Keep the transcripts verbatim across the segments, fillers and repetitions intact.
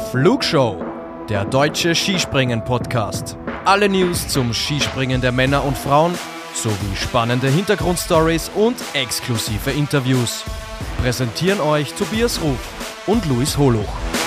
Flugshow, der deutsche Skispringen-Podcast. Alle News zum Skispringen der Männer und Frauen sowie spannende Hintergrundstories und exklusive Interviews. Präsentieren euch Tobias Ruf und Luis Holuch.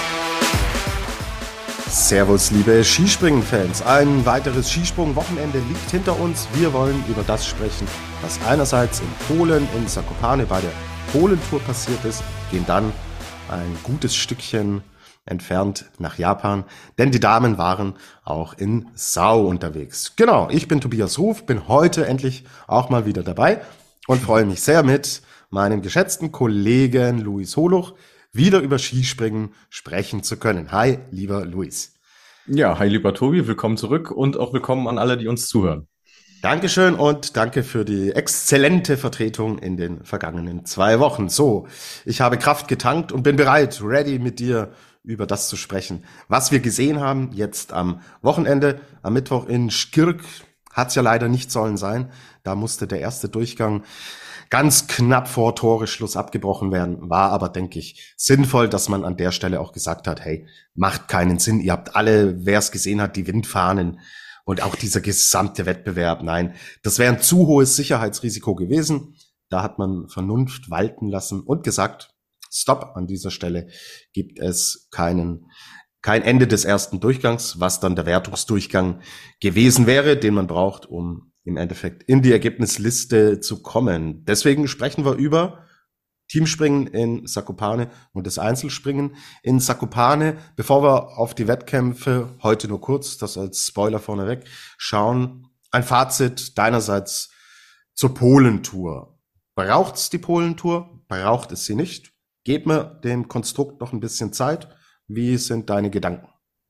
Servus, liebe Skispringen-Fans. Ein weiteres Skisprung-Wochenende liegt hinter uns. Wir wollen über das sprechen, was einerseits in Polen, in Zakopane bei der Polentour passiert ist, gehen dann ein gutes Stückchen entfernt nach Japan, denn die Damen waren auch in Sau unterwegs. Genau, ich bin Tobias Ruf, bin heute endlich auch mal wieder dabei und freue mich sehr mit meinem geschätzten Kollegen Luis Holuch wieder über Skispringen sprechen zu können. Hi, lieber Luis. Ja, hi, lieber Tobi, willkommen zurück und auch willkommen an alle, die uns zuhören. Dankeschön und danke für die exzellente Vertretung in den vergangenen zwei Wochen. So, ich habe Kraft getankt und bin bereit, ready mit dir über das zu sprechen, was wir gesehen haben jetzt am Wochenende, am Mittwoch in Skirk. Hat's ja leider nicht sollen sein. Da musste der erste Durchgang ganz knapp vor Toreschluss abgebrochen werden. War aber, denke ich, sinnvoll, dass man an der Stelle auch gesagt hat, hey, macht keinen Sinn. Ihr habt alle, wer es gesehen hat, die Windfahnen und auch dieser gesamte Wettbewerb. Nein, das wäre ein zu hohes Sicherheitsrisiko gewesen. Da hat man Vernunft walten lassen und gesagt, Stopp, an dieser Stelle gibt es keinen, kein Ende des ersten Durchgangs, was dann der Wertungsdurchgang gewesen wäre, den man braucht, um im Endeffekt in die Ergebnisliste zu kommen. Deswegen sprechen wir über Teamspringen in Zakopane und das Einzelspringen in Zakopane. Bevor wir auf die Wettkämpfe, heute nur kurz, das als Spoiler vorneweg, schauen, ein Fazit deinerseits zur Polentour. Braucht's die Polentour? Braucht es sie nicht? Gib mir dem Konstrukt noch ein bisschen Zeit. Wie sind deine Gedanken?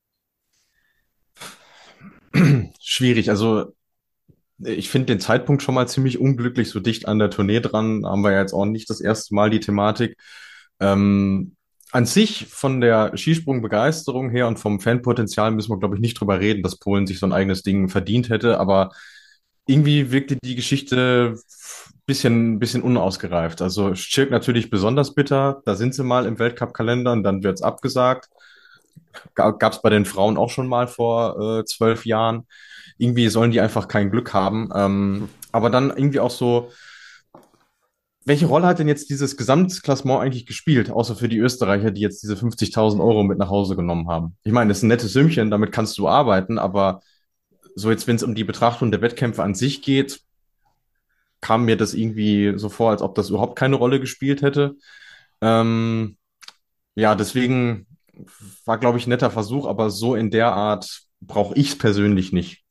Schwierig, also ich finde den Zeitpunkt schon mal ziemlich unglücklich, so dicht an der Tournee dran. Haben wir ja jetzt auch nicht das erste Mal die Thematik. Ähm, an sich von der Skisprung-Begeisterung her und vom Fanpotenzial müssen wir, glaube ich, nicht drüber reden, dass Polen sich so ein eigenes Ding verdient hätte, aber irgendwie wirkte die Geschichte bisschen, bisschen unausgereift. Also Skirk natürlich besonders bitter. Da sind sie mal im Weltcup-Kalender und dann wird's abgesagt. Gab es bei den Frauen auch schon mal vor äh, zwölf Jahren. Irgendwie sollen die einfach kein Glück haben. Ähm, aber dann irgendwie auch so, welche Rolle hat denn jetzt dieses Gesamtklassement eigentlich gespielt, außer für die Österreicher, die jetzt diese fünfzigtausend Euro mit nach Hause genommen haben? Ich meine, das ist ein nettes Sümmchen, damit kannst du arbeiten, aber so jetzt, wenn es um die Betrachtung der Wettkämpfe an sich geht, kam mir das irgendwie so vor, als ob das überhaupt keine Rolle gespielt hätte. Ähm, ja, deswegen war, glaube ich, ein netter Versuch, aber so in der Art brauche ich es persönlich nicht.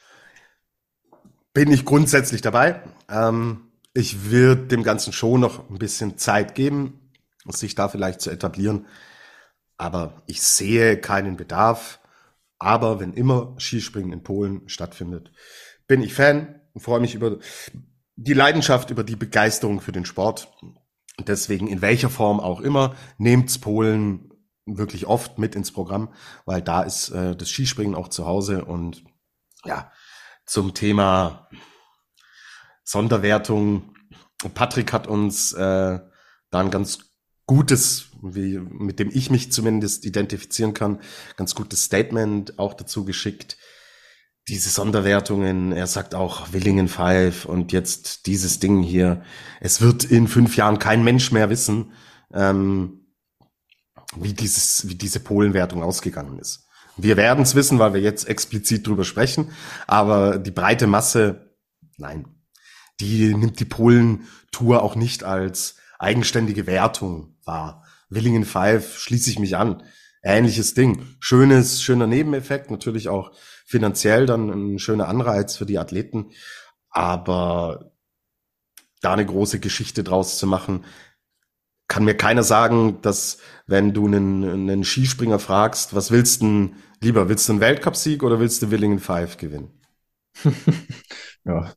Bin ich grundsätzlich dabei. Ähm, ich würde dem Ganzen schon noch ein bisschen Zeit geben, sich da vielleicht zu etablieren. Aber ich sehe keinen Bedarf. Aber wenn immer Skispringen in Polen stattfindet, bin ich Fan und freue mich über die Leidenschaft, über die Begeisterung für den Sport. Und deswegen, in welcher Form auch immer, nehmt's Polen wirklich oft mit ins Programm, weil da ist äh, das Skispringen auch zu Hause. Und ja, zum Thema Sonderwertung, Patrick hat uns äh, da ein ganz gutes, wie, mit dem ich mich zumindest identifizieren kann, ganz gutes Statement auch dazu geschickt. Diese Sonderwertungen, er sagt auch Willingen Five und jetzt dieses Ding hier. Es wird in fünf Jahren kein Mensch mehr wissen, ähm, wie dieses, wie diese Polenwertung ausgegangen ist. Wir werden es wissen, weil wir jetzt explizit drüber sprechen, aber die breite Masse, nein, die nimmt die Polen-Tour auch nicht als eigenständige Wertung wahr. Willingen Five schließe ich mich an. Ähnliches Ding. Schönes, schöner Nebeneffekt, natürlich auch finanziell dann ein schöner Anreiz für die Athleten. Aber da eine große Geschichte draus zu machen, kann mir keiner sagen, dass wenn du einen, einen Skispringer fragst, was willst du denn lieber? Willst du einen Weltcupsieg oder willst du Willingen Five gewinnen? Ja.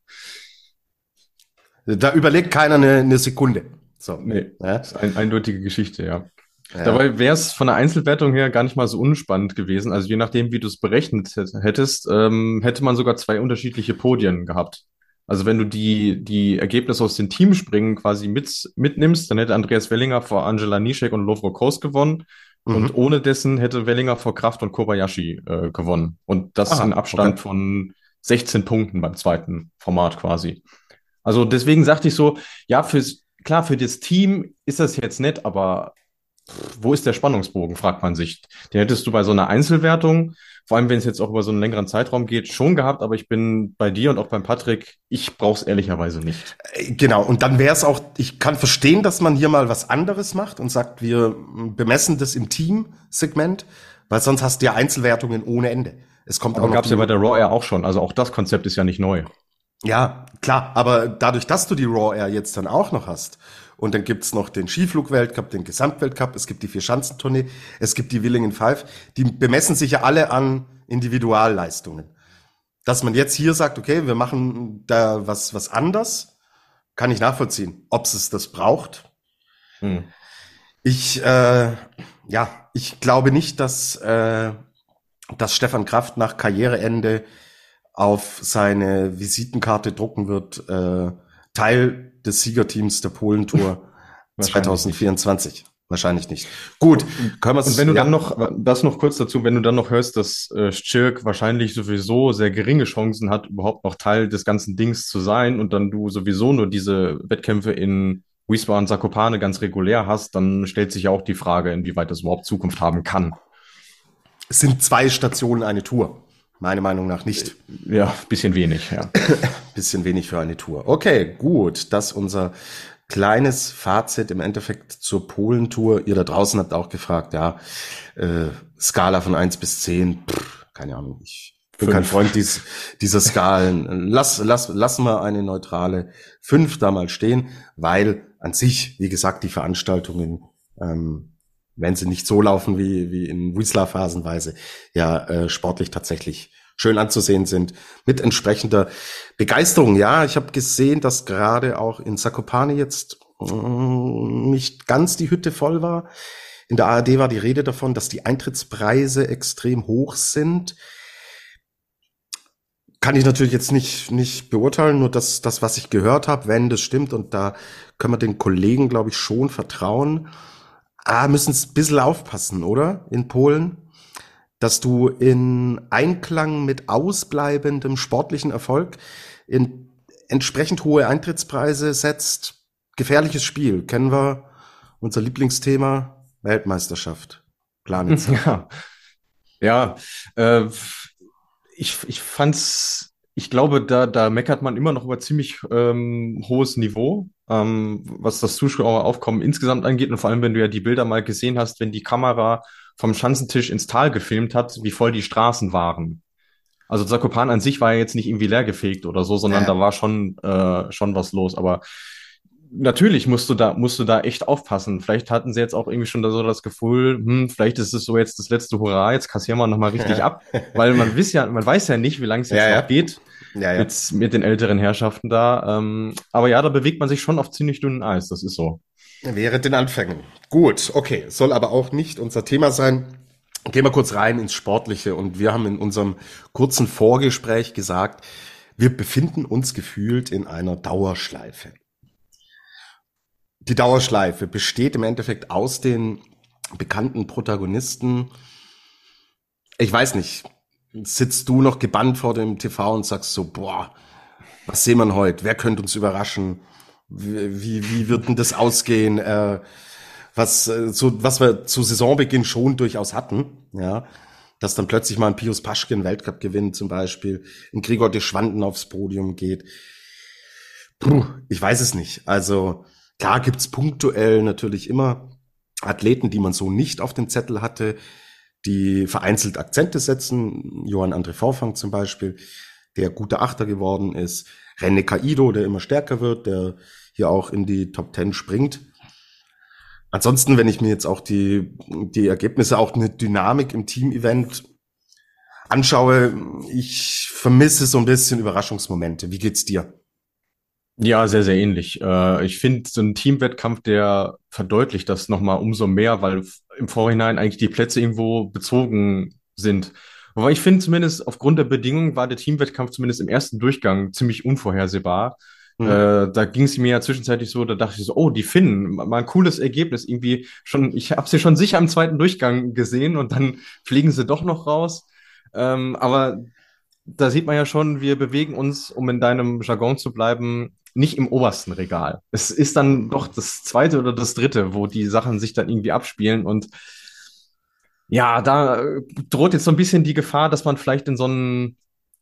Da überlegt keiner eine, eine Sekunde. So. Nee, ja? das ist eine eindeutige Geschichte, ja. Ja. Dabei wäre es von der Einzelwertung her gar nicht mal so unspannend gewesen. Also je nachdem, wie du es berechnet hättest, ähm, hätte man sogar zwei unterschiedliche Podien gehabt. Also wenn du die, die Ergebnisse aus den Teamspringen quasi mit, mitnimmst, dann hätte Andreas Wellinger vor Angela Nischek und Lovro Kos gewonnen. Und Mhm. ohne dessen hätte Wellinger vor Kraft und Kobayashi äh, gewonnen. Und das in Aha, okay. Abstand von sechzehn Punkten beim zweiten Format quasi. Also deswegen sagte ich so, ja, fürs, klar, für das Team ist das jetzt nett, aber wo ist der Spannungsbogen, fragt man sich. Den hättest du bei so einer Einzelwertung, vor allem wenn es jetzt auch über so einen längeren Zeitraum geht, schon gehabt, aber ich bin bei dir und auch beim Patrick, ich brauche es ehrlicherweise nicht. Äh, Genau, und dann wäre es auch, ich kann verstehen, dass man hier mal was anderes macht und sagt, wir bemessen das im Team-Segment, weil sonst hast du ja Einzelwertungen ohne Ende. Es kommt auch Aber noch gab es ja die, bei der Raw Air auch schon, also auch das Konzept ist ja nicht neu. ja, klar, aber dadurch, dass du die Raw Air jetzt dann auch noch hast, und dann gibt's noch den Skiflug-Weltcup, den Gesamtweltcup, es gibt die Vier-Schanzentournee, es gibt die Willingen Five, die bemessen sich ja alle an Individualleistungen. Dass man jetzt hier sagt, okay, wir machen da was, was anders, kann ich nachvollziehen. Ob es das braucht? Hm. Ich, äh, ja, ich glaube nicht, dass, äh, dass Stefan Kraft nach Karriereende auf seine Visitenkarte drucken wird, äh, Teil des Siegerteams der Polentour Wahrscheinlich nicht. zwanzig vierundzwanzig. Wahrscheinlich nicht. Gut, können wir Und es, wenn du dann ja. noch, das noch kurz dazu, wenn du dann noch hörst, dass äh, Stschirk wahrscheinlich sowieso sehr geringe Chancen hat, überhaupt noch Teil des ganzen Dings zu sein und dann du sowieso nur diese Wettkämpfe in Wiesbaden, Zakopane ganz regulär hast, dann stellt sich ja auch die Frage, inwieweit das überhaupt Zukunft haben kann. Es sind zwei Stationen eine Tour. Meiner Meinung nach nicht. Ja, bisschen wenig, ja. Bisschen wenig für eine Tour. Okay, gut. Das ist unser kleines Fazit im Endeffekt zur Polentour. Ihr da draußen habt auch gefragt, ja, äh, Skala von eins bis zehn, pff, keine Ahnung. Ich bin kein Fünf. Freund dies, dieser Skalen. Lass, lass, lass mal eine neutrale fünf da mal stehen, weil an sich, wie gesagt, die Veranstaltungen, ähm, wenn sie nicht so laufen wie, wie in Whistler phasenweise, ja, äh, sportlich tatsächlich schön anzusehen sind, mit entsprechender Begeisterung. Ja, ich habe gesehen, dass gerade auch in Zakopane jetzt mm, nicht ganz die Hütte voll war. In der A R D war die Rede davon, dass die Eintrittspreise extrem hoch sind. Kann ich natürlich jetzt nicht, nicht beurteilen, nur das, das, was ich gehört habe, wenn das stimmt, und da können wir den Kollegen, glaube ich, schon vertrauen. Ah, müssen es ein bisschen aufpassen, oder? In Polen, dass du in Einklang mit ausbleibendem sportlichen Erfolg in entsprechend hohe Eintrittspreise setzt. Gefährliches Spiel. Kennen wir unser Lieblingsthema? Weltmeisterschaft. Planitzer. Ja, ja, äh, ich, ich fand's, ich glaube, da, da meckert man immer noch über ziemlich ähm, hohes Niveau, ähm, was das Zuschaueraufkommen insgesamt angeht. Und vor allem, wenn du ja die Bilder mal gesehen hast, wenn die Kamera vom Schanzentisch ins Tal gefilmt hat, wie voll die Straßen waren. Also Zakopane an sich war ja jetzt nicht irgendwie leergefegt oder so, sondern Äh, da war schon, äh, schon was los. Aber natürlich musst du da, musst du da echt aufpassen. Vielleicht hatten sie jetzt auch irgendwie schon da so das Gefühl, hm, vielleicht ist es so jetzt das letzte Hurra, jetzt kassieren wir nochmal richtig ab. Weil man weiß ja, man weiß ja nicht, wie lange es jetzt ja, noch ja. geht Ja, ja. mit, mit den älteren Herrschaften da. Ähm, aber ja, da bewegt man sich schon auf ziemlich dünnem Eis, das ist so. Wäre den Anfängen. Gut, okay. Soll aber auch nicht unser Thema sein. Gehen wir kurz rein ins Sportliche. Und wir haben in unserem kurzen Vorgespräch gesagt, wir befinden uns gefühlt in einer Dauerschleife. Die Dauerschleife besteht im Endeffekt aus den bekannten Protagonisten. Ich weiß nicht, sitzt du noch gebannt vor dem T V und sagst so, boah, was sehen wir heute? Wer könnte uns überraschen? Wie, wie, wie wird denn das ausgehen? Äh, was, äh, so, was wir zu Saisonbeginn schon durchaus hatten, ja, dass dann plötzlich mal ein Pius Paschke einen Weltcup gewinnt zum Beispiel, ein Gregor de Schwanden aufs Podium geht. Puh, ich weiß es nicht. Also klar gibt's punktuell natürlich immer Athleten, die man so nicht auf dem Zettel hatte, die vereinzelt Akzente setzen. Johann André Vorfang zum Beispiel, der guter Achter geworden ist. René Kaido, der immer stärker wird, der hier auch in die Top Ten springt. Ansonsten, wenn ich mir jetzt auch die, die Ergebnisse, auch eine Dynamik im Team-Event anschaue, ich vermisse so ein bisschen Überraschungsmomente. Wie geht's dir? Ja, sehr, sehr ähnlich. Äh, ich finde, so ein Teamwettkampf, der verdeutlicht das nochmal umso mehr, weil f- im Vorhinein eigentlich die Plätze irgendwo bezogen sind. Aber ich finde zumindest aufgrund der Bedingungen war der Teamwettkampf zumindest im ersten Durchgang ziemlich unvorhersehbar. Mhm. Äh, da ging es mir ja zwischenzeitlich so, da dachte ich so, oh, die Finnen, mal ein cooles Ergebnis. Irgendwie schon, ich habe sie schon sicher im zweiten Durchgang gesehen und dann fliegen sie doch noch raus. Ähm, aber da sieht man ja schon, wir bewegen uns, um in deinem Jargon zu bleiben, nicht im obersten Regal. Es ist dann doch das zweite oder das dritte, wo die Sachen sich dann irgendwie abspielen. Und ja, da äh, droht jetzt so ein bisschen die Gefahr, dass man vielleicht in so ein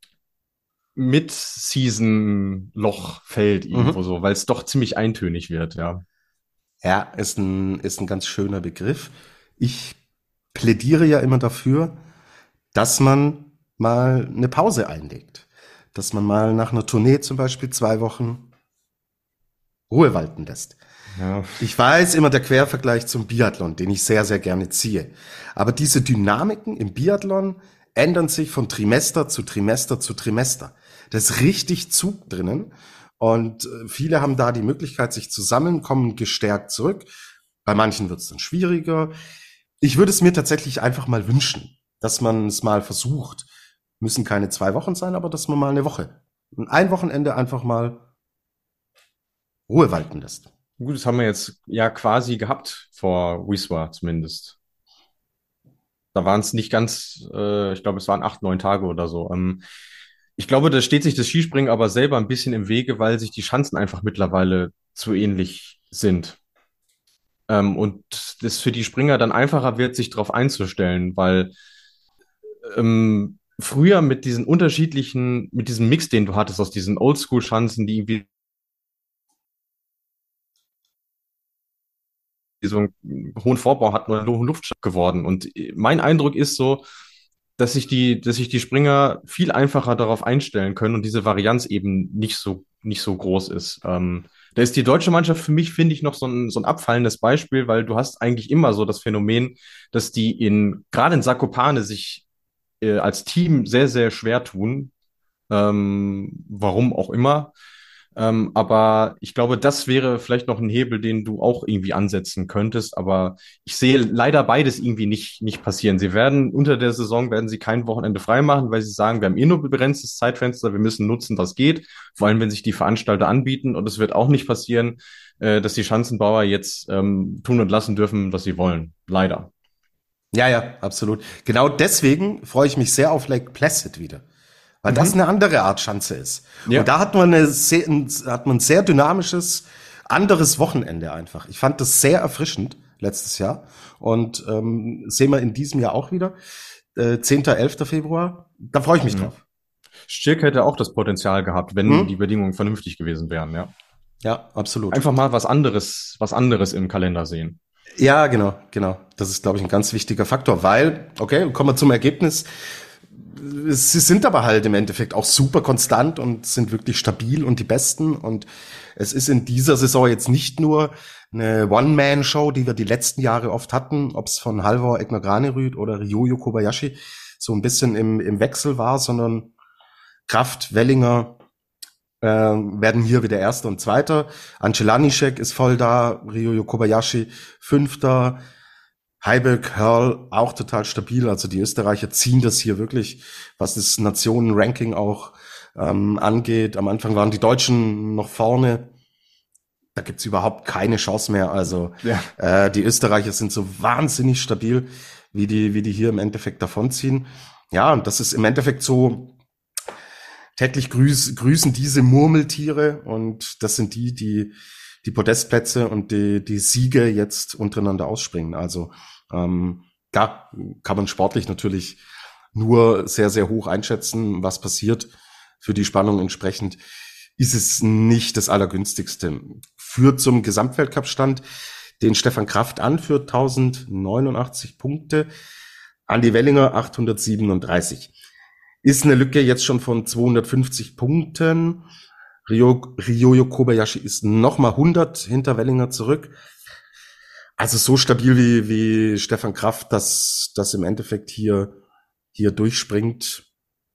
Mid-Season-Loch fällt irgendwo Mhm. so, weil es doch ziemlich eintönig wird, ja. Ja, ist ein, ist ein ganz schöner Begriff. Ich plädiere ja immer dafür, dass man mal eine Pause einlegt. Dass man mal nach einer Tournee zum Beispiel zwei Wochen Ruhe walten lässt. Ja, Ich weiß immer der Quervergleich zum Biathlon, den ich sehr, sehr gerne ziehe. Aber diese Dynamiken im Biathlon ändern sich von Trimester zu Trimester zu Trimester. Da ist richtig Zug drinnen. Und äh, viele haben da die Möglichkeit, sich zu sammeln, kommen gestärkt zurück. Bei manchen wird es dann schwieriger. Ich würde es mir tatsächlich einfach mal wünschen, dass man es mal versucht. Müssen keine zwei Wochen sein, aber dass man mal eine Woche, ein Wochenende einfach mal Ruhe walten lässt. gut, das haben wir jetzt ja quasi gehabt vor Wiswa zumindest. Da waren es nicht ganz, äh, ich glaube, es waren acht, neun Tage oder so. Ähm, ich glaube, da steht sich das Skispringen aber selber ein bisschen im Wege, weil sich die Schanzen einfach mittlerweile zu ähnlich sind. Ähm, und das für die Springer dann einfacher wird, sich darauf einzustellen, weil ähm, früher mit diesen unterschiedlichen, mit diesem Mix, den du hattest aus diesen Oldschool-Schanzen, die irgendwie so einen hohen Vorbau hatten oder einen hohen Luftschlag geworden. Und mein Eindruck ist so, dass sich die, dass sich die Springer viel einfacher darauf einstellen können und diese Varianz eben nicht so, nicht so groß ist. Ähm, da ist die deutsche Mannschaft für mich, finde ich, noch so ein, so ein abfallendes Beispiel, weil du hast eigentlich immer so das Phänomen, dass die in, gerade in Zakopane sich äh, als Team sehr, sehr schwer tun. Ähm, warum auch immer. Ähm, aber ich glaube, das wäre vielleicht noch ein Hebel, den du auch irgendwie ansetzen könntest. Aber ich sehe leider beides irgendwie nicht, nicht passieren. Sie werden unter der Saison werden sie kein Wochenende frei machen, weil sie sagen, wir haben eh nur begrenztes Zeitfenster, wir müssen nutzen, was geht. Vor allem, wenn sich die Veranstalter anbieten. Und es wird auch nicht passieren, äh, dass die Schanzenbauer jetzt ähm, tun und lassen dürfen, was sie wollen. Leider. Ja, ja, absolut. Genau deswegen freue ich mich sehr auf Lake Placid wieder. Weil das Mhm. eine andere Art Schanze ist. Und Ja. da hat man eine sehr, ein, hat man ein sehr dynamisches, anderes Wochenende einfach. Ich fand das sehr erfrischend letztes Jahr. Und ähm, sehen wir in diesem Jahr auch wieder. Äh, zehnter, elfter Februar. Da freue ich mich Mhm. drauf. Stirk hätte auch das Potenzial gehabt, wenn die Hm? Bedingungen vernünftig gewesen wären, ja. Ja, absolut. Einfach mal was anderes, was anderes im Kalender sehen. Ja, genau, genau. Das ist, glaube ich, ein ganz wichtiger Faktor, weil, okay, kommen wir zum Ergebnis. Sie sind aber halt im Endeffekt auch super konstant und sind wirklich stabil und die Besten. Und es ist in dieser Saison jetzt nicht nur eine One-Man-Show, die wir die letzten Jahre oft hatten, ob es von Halvor Egner Granerüt oder Ryoyo Kobayashi so ein bisschen im, im Wechsel war, sondern Kraft, Wellinger äh, werden hier wieder Erster und Zweiter. Ancelanischek ist voll da, Ryoyo Kobayashi Fünfter. Heiberg, Hörl auch total stabil. Also die Österreicher ziehen das hier wirklich, was das Nationenranking auch ähm, angeht. Am Anfang waren die Deutschen noch vorne. Da gibt's überhaupt keine Chance mehr. Also Ja. äh, die Österreicher sind so wahnsinnig stabil, wie die, wie die hier im Endeffekt davonziehen. Ja, und das ist im Endeffekt so, täglich grüß, grüßen diese Murmeltiere und das sind die, die die Podestplätze und die, die Siege jetzt untereinander ausspringen. Also ähm, ja, kann man sportlich natürlich nur sehr, sehr hoch einschätzen, was passiert. Für die Spannung entsprechend ist es nicht das Allergünstigste. Führt zum Gesamtweltcup-Stand, den Stefan Kraft anführt, tausendneunundachtzig Punkte, Andi Wellinger achthundertsiebenunddreißig. Ist eine Lücke jetzt schon von zweihundertfünfzig Punkten. Ryo, Ryoyo Kobayashi ist nochmal hundert hinter Wellinger zurück. Also so stabil wie, wie Stefan Kraft, dass das im Endeffekt hier, hier durchspringt,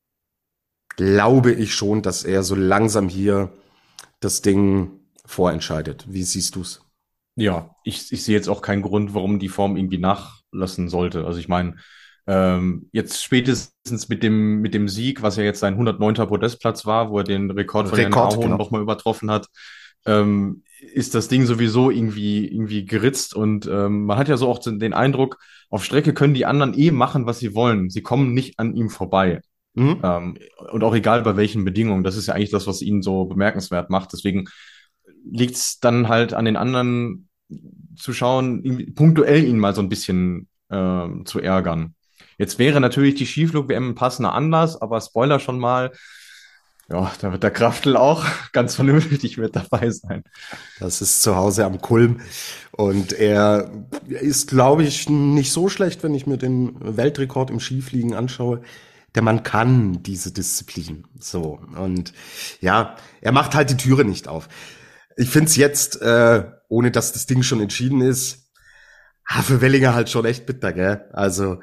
glaube ich schon, dass er so langsam hier das Ding vorentscheidet. Wie siehst du's? Ja, ich, ich sehe jetzt auch keinen Grund, warum die Form irgendwie nachlassen sollte. Also ich meine, Ähm, jetzt spätestens mit dem, mit dem Sieg, was ja jetzt sein hundertneunter Podestplatz war, wo er den Rekord von Jan Rekord, Aron genau. nochmal übertroffen hat, ähm, ist das Ding sowieso irgendwie, irgendwie geritzt. Und ähm, man hat ja so auch den Eindruck, auf Strecke können die anderen eh machen, was sie wollen. Sie kommen nicht an ihm vorbei. Mhm. Ähm, und auch egal bei welchen Bedingungen. Das ist ja eigentlich das, was ihn so bemerkenswert macht. Deswegen liegt es dann halt an den anderen zu schauen, ihn, punktuell ihn mal so ein bisschen ähm, zu ärgern. Jetzt wäre natürlich die Skiflug-W M ein passender Anlass, aber Spoiler schon mal, ja, da wird der Kraftl auch ganz vernünftig mit dabei sein. Das ist zu Hause am Kulm. Und er ist, glaube ich, nicht so schlecht, wenn ich mir den Weltrekord im Skifliegen anschaue. Der Mann kann diese Disziplin. So. Und ja, er macht halt die Türe nicht auf. Ich finde es jetzt, äh, ohne dass das Ding schon entschieden ist, ah, für Wellinger halt schon echt bitter, gell? Also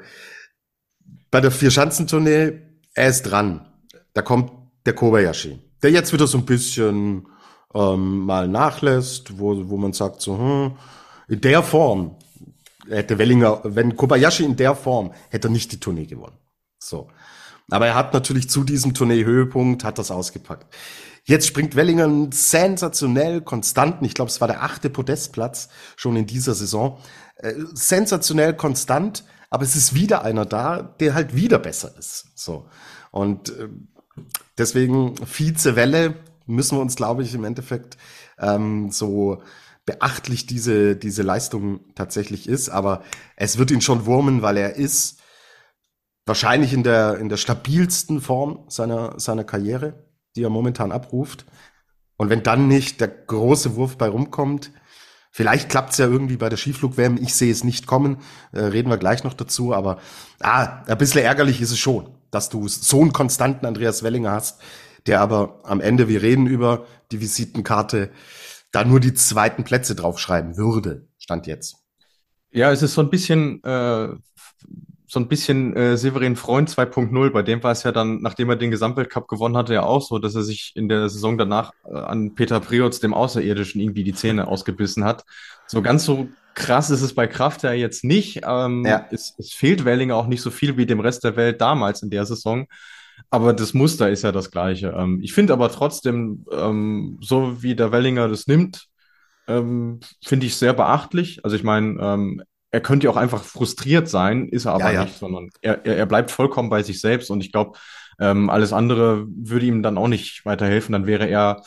bei der Vier-Schanzentournee, er ist dran. Da kommt der Kobayashi, der jetzt wieder so ein bisschen ähm, mal nachlässt, wo, wo man sagt so, hm, in der Form hätte Wellinger, wenn Kobayashi in der Form, hätte er nicht die Tournee gewonnen. So. Aber er hat natürlich zu diesem Tournee-Höhepunkt, hat das ausgepackt. Jetzt springt Wellinger sensationell konstanten, ich glaube, es war der achte Podestplatz schon in dieser Saison, äh, sensationell konstant, aber es ist wieder einer da, der halt wieder besser ist. So. Und äh, deswegen Vize-Welle müssen wir uns, glaube ich, im Endeffekt ähm, so beachtlich diese, diese Leistung tatsächlich ist. Aber es wird ihn schon wurmen, weil er ist wahrscheinlich in der, in der stabilsten Form seiner, seiner Karriere, die er momentan abruft. Und wenn dann nicht der große Wurf bei rumkommt, vielleicht klappt's ja irgendwie bei der Skiflug-W M, ich sehe es nicht kommen, äh, reden wir gleich noch dazu, aber ah, ein bisschen ärgerlich ist es schon, dass du so einen konstanten Andreas Wellinger hast, der aber am Ende, wir reden über die Visitenkarte, da nur die zweiten Plätze draufschreiben würde, Stand jetzt. Ja, es ist so ein bisschen, äh, so ein bisschen äh, Severin Freund zwei Punkt null. Bei dem war es ja dann, nachdem er den Gesamtweltcup gewonnen hatte, ja auch so, dass er sich in der Saison danach äh, an Peter Prioc, dem Außerirdischen, irgendwie die Zähne ausgebissen hat. So ganz so krass ist es bei Kraft ja jetzt nicht. Ähm, Ja, es, es fehlt Wellinger auch nicht so viel wie dem Rest der Welt damals in der Saison. Aber das Muster ist ja das gleiche. Ähm, ich finde aber trotzdem, ähm, so wie der Wellinger das nimmt, ähm, finde ich sehr beachtlich. Also ich meine, ähm, er könnte ja auch einfach frustriert sein, ist er ja, aber ja. nicht, sondern er, er, er bleibt vollkommen bei sich selbst und ich glaube, ähm, alles andere würde ihm dann auch nicht weiterhelfen. Dann wäre er,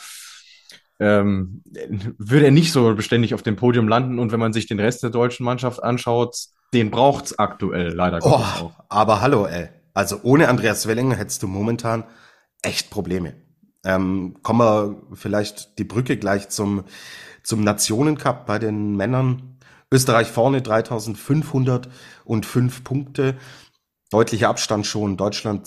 ähm, würde er nicht so beständig auf dem Podium landen und wenn man sich den Rest der deutschen Mannschaft anschaut, den braucht's aktuell leider Oh, Gottes auch. aber hallo, ey. Also ohne Andreas Wellinger hättest du momentan echt Probleme. Ähm, kommen wir vielleicht die Brücke gleich zum, zum Nationencup bei den Männern. Österreich vorne, dreitausendfünfhundertfünf Punkte. Deutlicher Abstand schon. Deutschland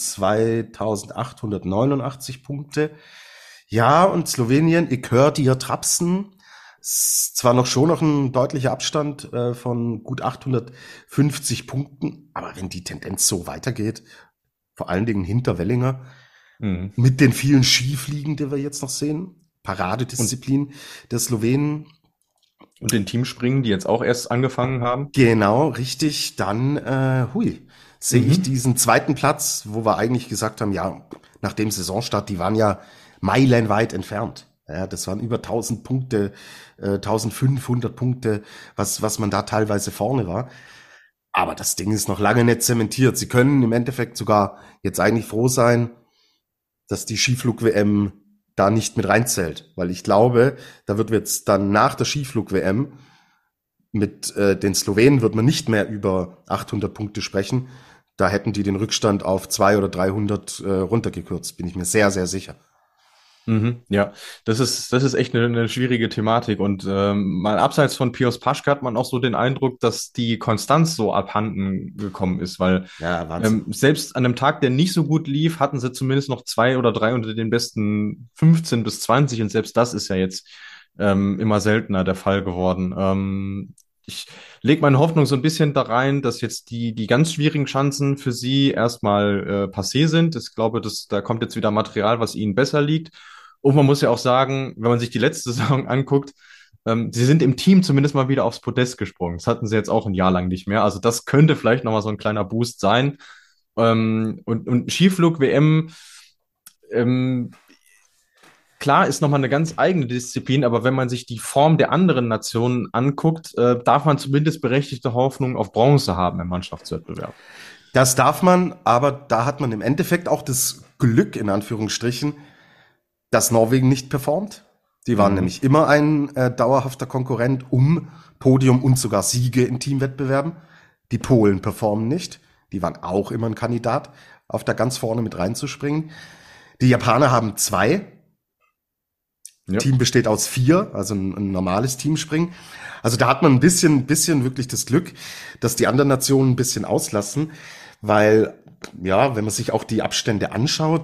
zweitausendachthundertneunundachtzig Punkte. Ja, und Slowenien, ich höre dir trapsen. Ist zwar noch schon noch ein deutlicher Abstand äh, von gut achthundertfünfzig Punkten, aber wenn die Tendenz so weitergeht, vor allen Dingen hinter Wellinger, Mhm. mit den vielen Skifliegen, die wir jetzt noch sehen, Und, Paradedisziplin der Slowenen, und den Teamspringen, die jetzt auch erst angefangen haben. genau, richtig, dann, äh, hui, sehe ich Mhm. diesen zweiten Platz, wo wir eigentlich gesagt haben, ja, nach dem Saisonstart, die waren ja meilenweit entfernt. Ja, das waren über tausend Punkte, äh, eintausendfünfhundert Punkte, was, was man da teilweise vorne war. Aber das Ding ist noch lange nicht zementiert. Sie können im Endeffekt sogar jetzt eigentlich froh sein, dass die Skiflug-W M da nicht mit reinzählt. Weil ich glaube, da wird jetzt dann nach der Skiflug-W M mit äh, den Slowenen wird man nicht mehr über achthundert Punkte sprechen. Da hätten die den Rückstand auf zweihundert oder dreihundert äh, runtergekürzt, bin ich mir sehr, sehr sicher. Mhm, ja, das ist, das ist echt eine, eine schwierige Thematik. Und ähm, mal abseits von Pius Paschke hat man auch so den Eindruck, dass die Konstanz so abhanden gekommen ist, weil Ja, ähm, Wahnsinn. selbst an einem Tag, der nicht so gut lief, hatten sie zumindest noch zwei oder drei unter den besten fünfzehn bis zwanzig und selbst das ist ja jetzt ähm, immer seltener der Fall geworden. Ähm, ich lege meine Hoffnung so ein bisschen da rein, dass jetzt die, die ganz schwierigen Chancen für sie erstmal äh, passé sind. Ich glaube, dass, da kommt jetzt wieder Material, was ihnen besser liegt. Und man muss ja auch sagen, wenn man sich die letzte Saison anguckt, ähm, sie sind im Team zumindest mal wieder aufs Podest gesprungen. Das hatten sie jetzt auch ein Jahr lang nicht mehr. Also das könnte vielleicht nochmal so ein kleiner Boost sein. Ähm, und, und Skiflug-W M, ähm, klar, ist nochmal eine ganz eigene Disziplin, aber wenn man sich die Form der anderen Nationen anguckt, äh, darf man zumindest berechtigte Hoffnung auf Bronze haben im Mannschaftswettbewerb. Das darf man, aber da hat man im Endeffekt auch das Glück, in Anführungsstrichen, dass Norwegen nicht performt. Die waren mhm. nämlich immer ein äh, dauerhafter Konkurrent um Podium und sogar Siege in Teamwettbewerben. Die Polen performen nicht. Die waren auch immer ein Kandidat, auf da ganz vorne mit reinzuspringen. Die Japaner haben zwei. Ja. Team besteht aus vier, also ein, ein normales Teamspringen. Also da hat man ein bisschen, bisschen wirklich das Glück, dass die anderen Nationen ein bisschen auslassen, weil, ja, wenn man sich auch die Abstände anschaut,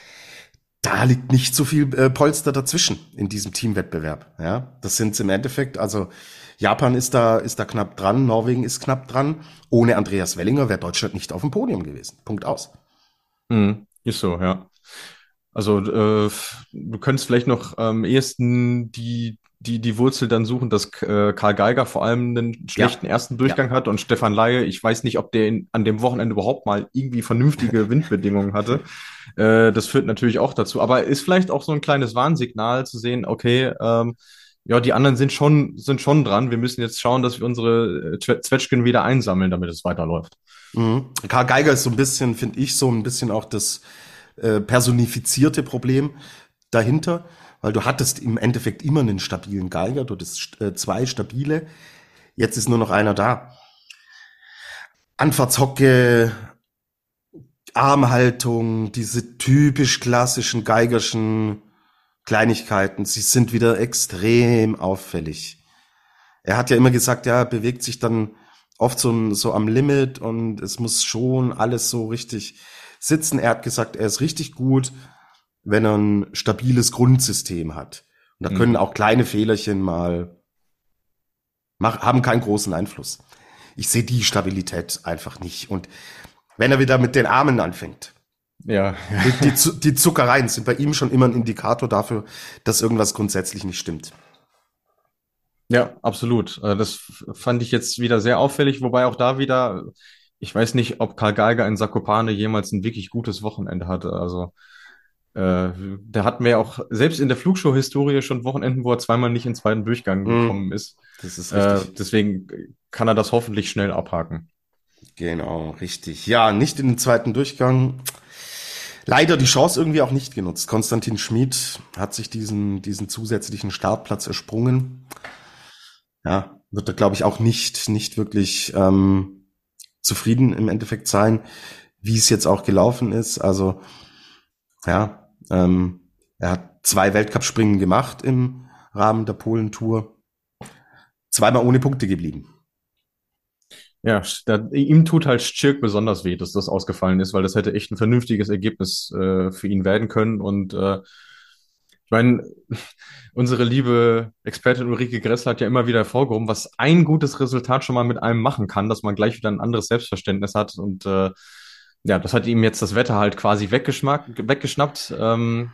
da liegt nicht so viel äh, Polster dazwischen in diesem Teamwettbewerb. Ja, das sind im Endeffekt, also Japan ist da, ist da knapp dran, Norwegen ist knapp dran. Ohne Andreas Wellinger wäre Deutschland nicht auf dem Podium gewesen. Punkt aus. Mhm, ist so, ja. Also äh, du könntest vielleicht noch am ehesten die die die Wurzel dann suchen, dass äh, Karl Geiger vor allem einen schlechten ja. ersten Durchgang ja. hat und Stefan Laie, ich weiß nicht, ob der in, an dem Wochenende überhaupt mal irgendwie vernünftige Windbedingungen hatte. Äh, das führt natürlich auch dazu. Aber ist vielleicht auch so ein kleines Warnsignal zu sehen, okay, ähm, ja, die anderen sind schon sind schon dran. Wir müssen jetzt schauen, dass wir unsere Zwetschgen wieder einsammeln, damit es weiterläuft. Mhm. Karl Geiger ist so ein bisschen, finde ich, so ein bisschen auch das äh, personifizierte Problem dahinter. Weil du hattest im Endeffekt immer einen stabilen Geiger, du hattest äh, zwei stabile, jetzt ist nur noch einer da. Anfahrtshocke, Armhaltung, diese typisch klassischen geigerschen Kleinigkeiten, sie sind wieder extrem auffällig. Er hat ja immer gesagt, ja, er bewegt sich dann oft so, so am Limit und es muss schon alles so richtig sitzen. Er hat gesagt, er ist richtig gut, wenn er ein stabiles Grundsystem hat. Und da können mhm. auch kleine Fehlerchen mal mach, haben keinen großen Einfluss. Ich sehe die Stabilität einfach nicht. Und wenn er wieder mit den Armen anfängt, ja. die, die, die Zuckereien sind bei ihm schon immer ein Indikator dafür, dass irgendwas grundsätzlich nicht stimmt. Ja, absolut. Das fand ich jetzt wieder sehr auffällig, wobei auch da wieder, ich weiß nicht, ob Karl Geiger in Zakopane jemals ein wirklich gutes Wochenende hatte. Also Äh, da hatten wir auch selbst in der Flugshow-Historie schon Wochenenden, wo er zweimal nicht in den zweiten Durchgang gekommen mm, ist. Das ist richtig. Äh, deswegen kann er das hoffentlich schnell abhaken. Genau, richtig. Ja, nicht in den zweiten Durchgang. Leider die Chance irgendwie auch nicht genutzt. Konstantin Schmid hat sich diesen, diesen zusätzlichen Startplatz ersprungen. Ja, wird er, glaube ich, auch nicht, nicht wirklich ähm, zufrieden im Endeffekt sein, wie es jetzt auch gelaufen ist. Also, ja, Ähm, er hat zwei Weltcup-Springen gemacht im Rahmen der Polen-Tour. Zweimal ohne Punkte geblieben. Ja, da, ihm tut halt Szczyrk besonders weh, dass das ausgefallen ist, weil das hätte echt ein vernünftiges Ergebnis äh, für ihn werden können. Und äh, ich meine, unsere liebe Expertin Ulrike Gressler hat ja immer wieder hervorgehoben, was ein gutes Resultat schon mal mit einem machen kann, dass man gleich wieder ein anderes Selbstverständnis hat. Und äh, ja, das hat ihm jetzt das Wetter halt quasi weggeschnappt. Ähm,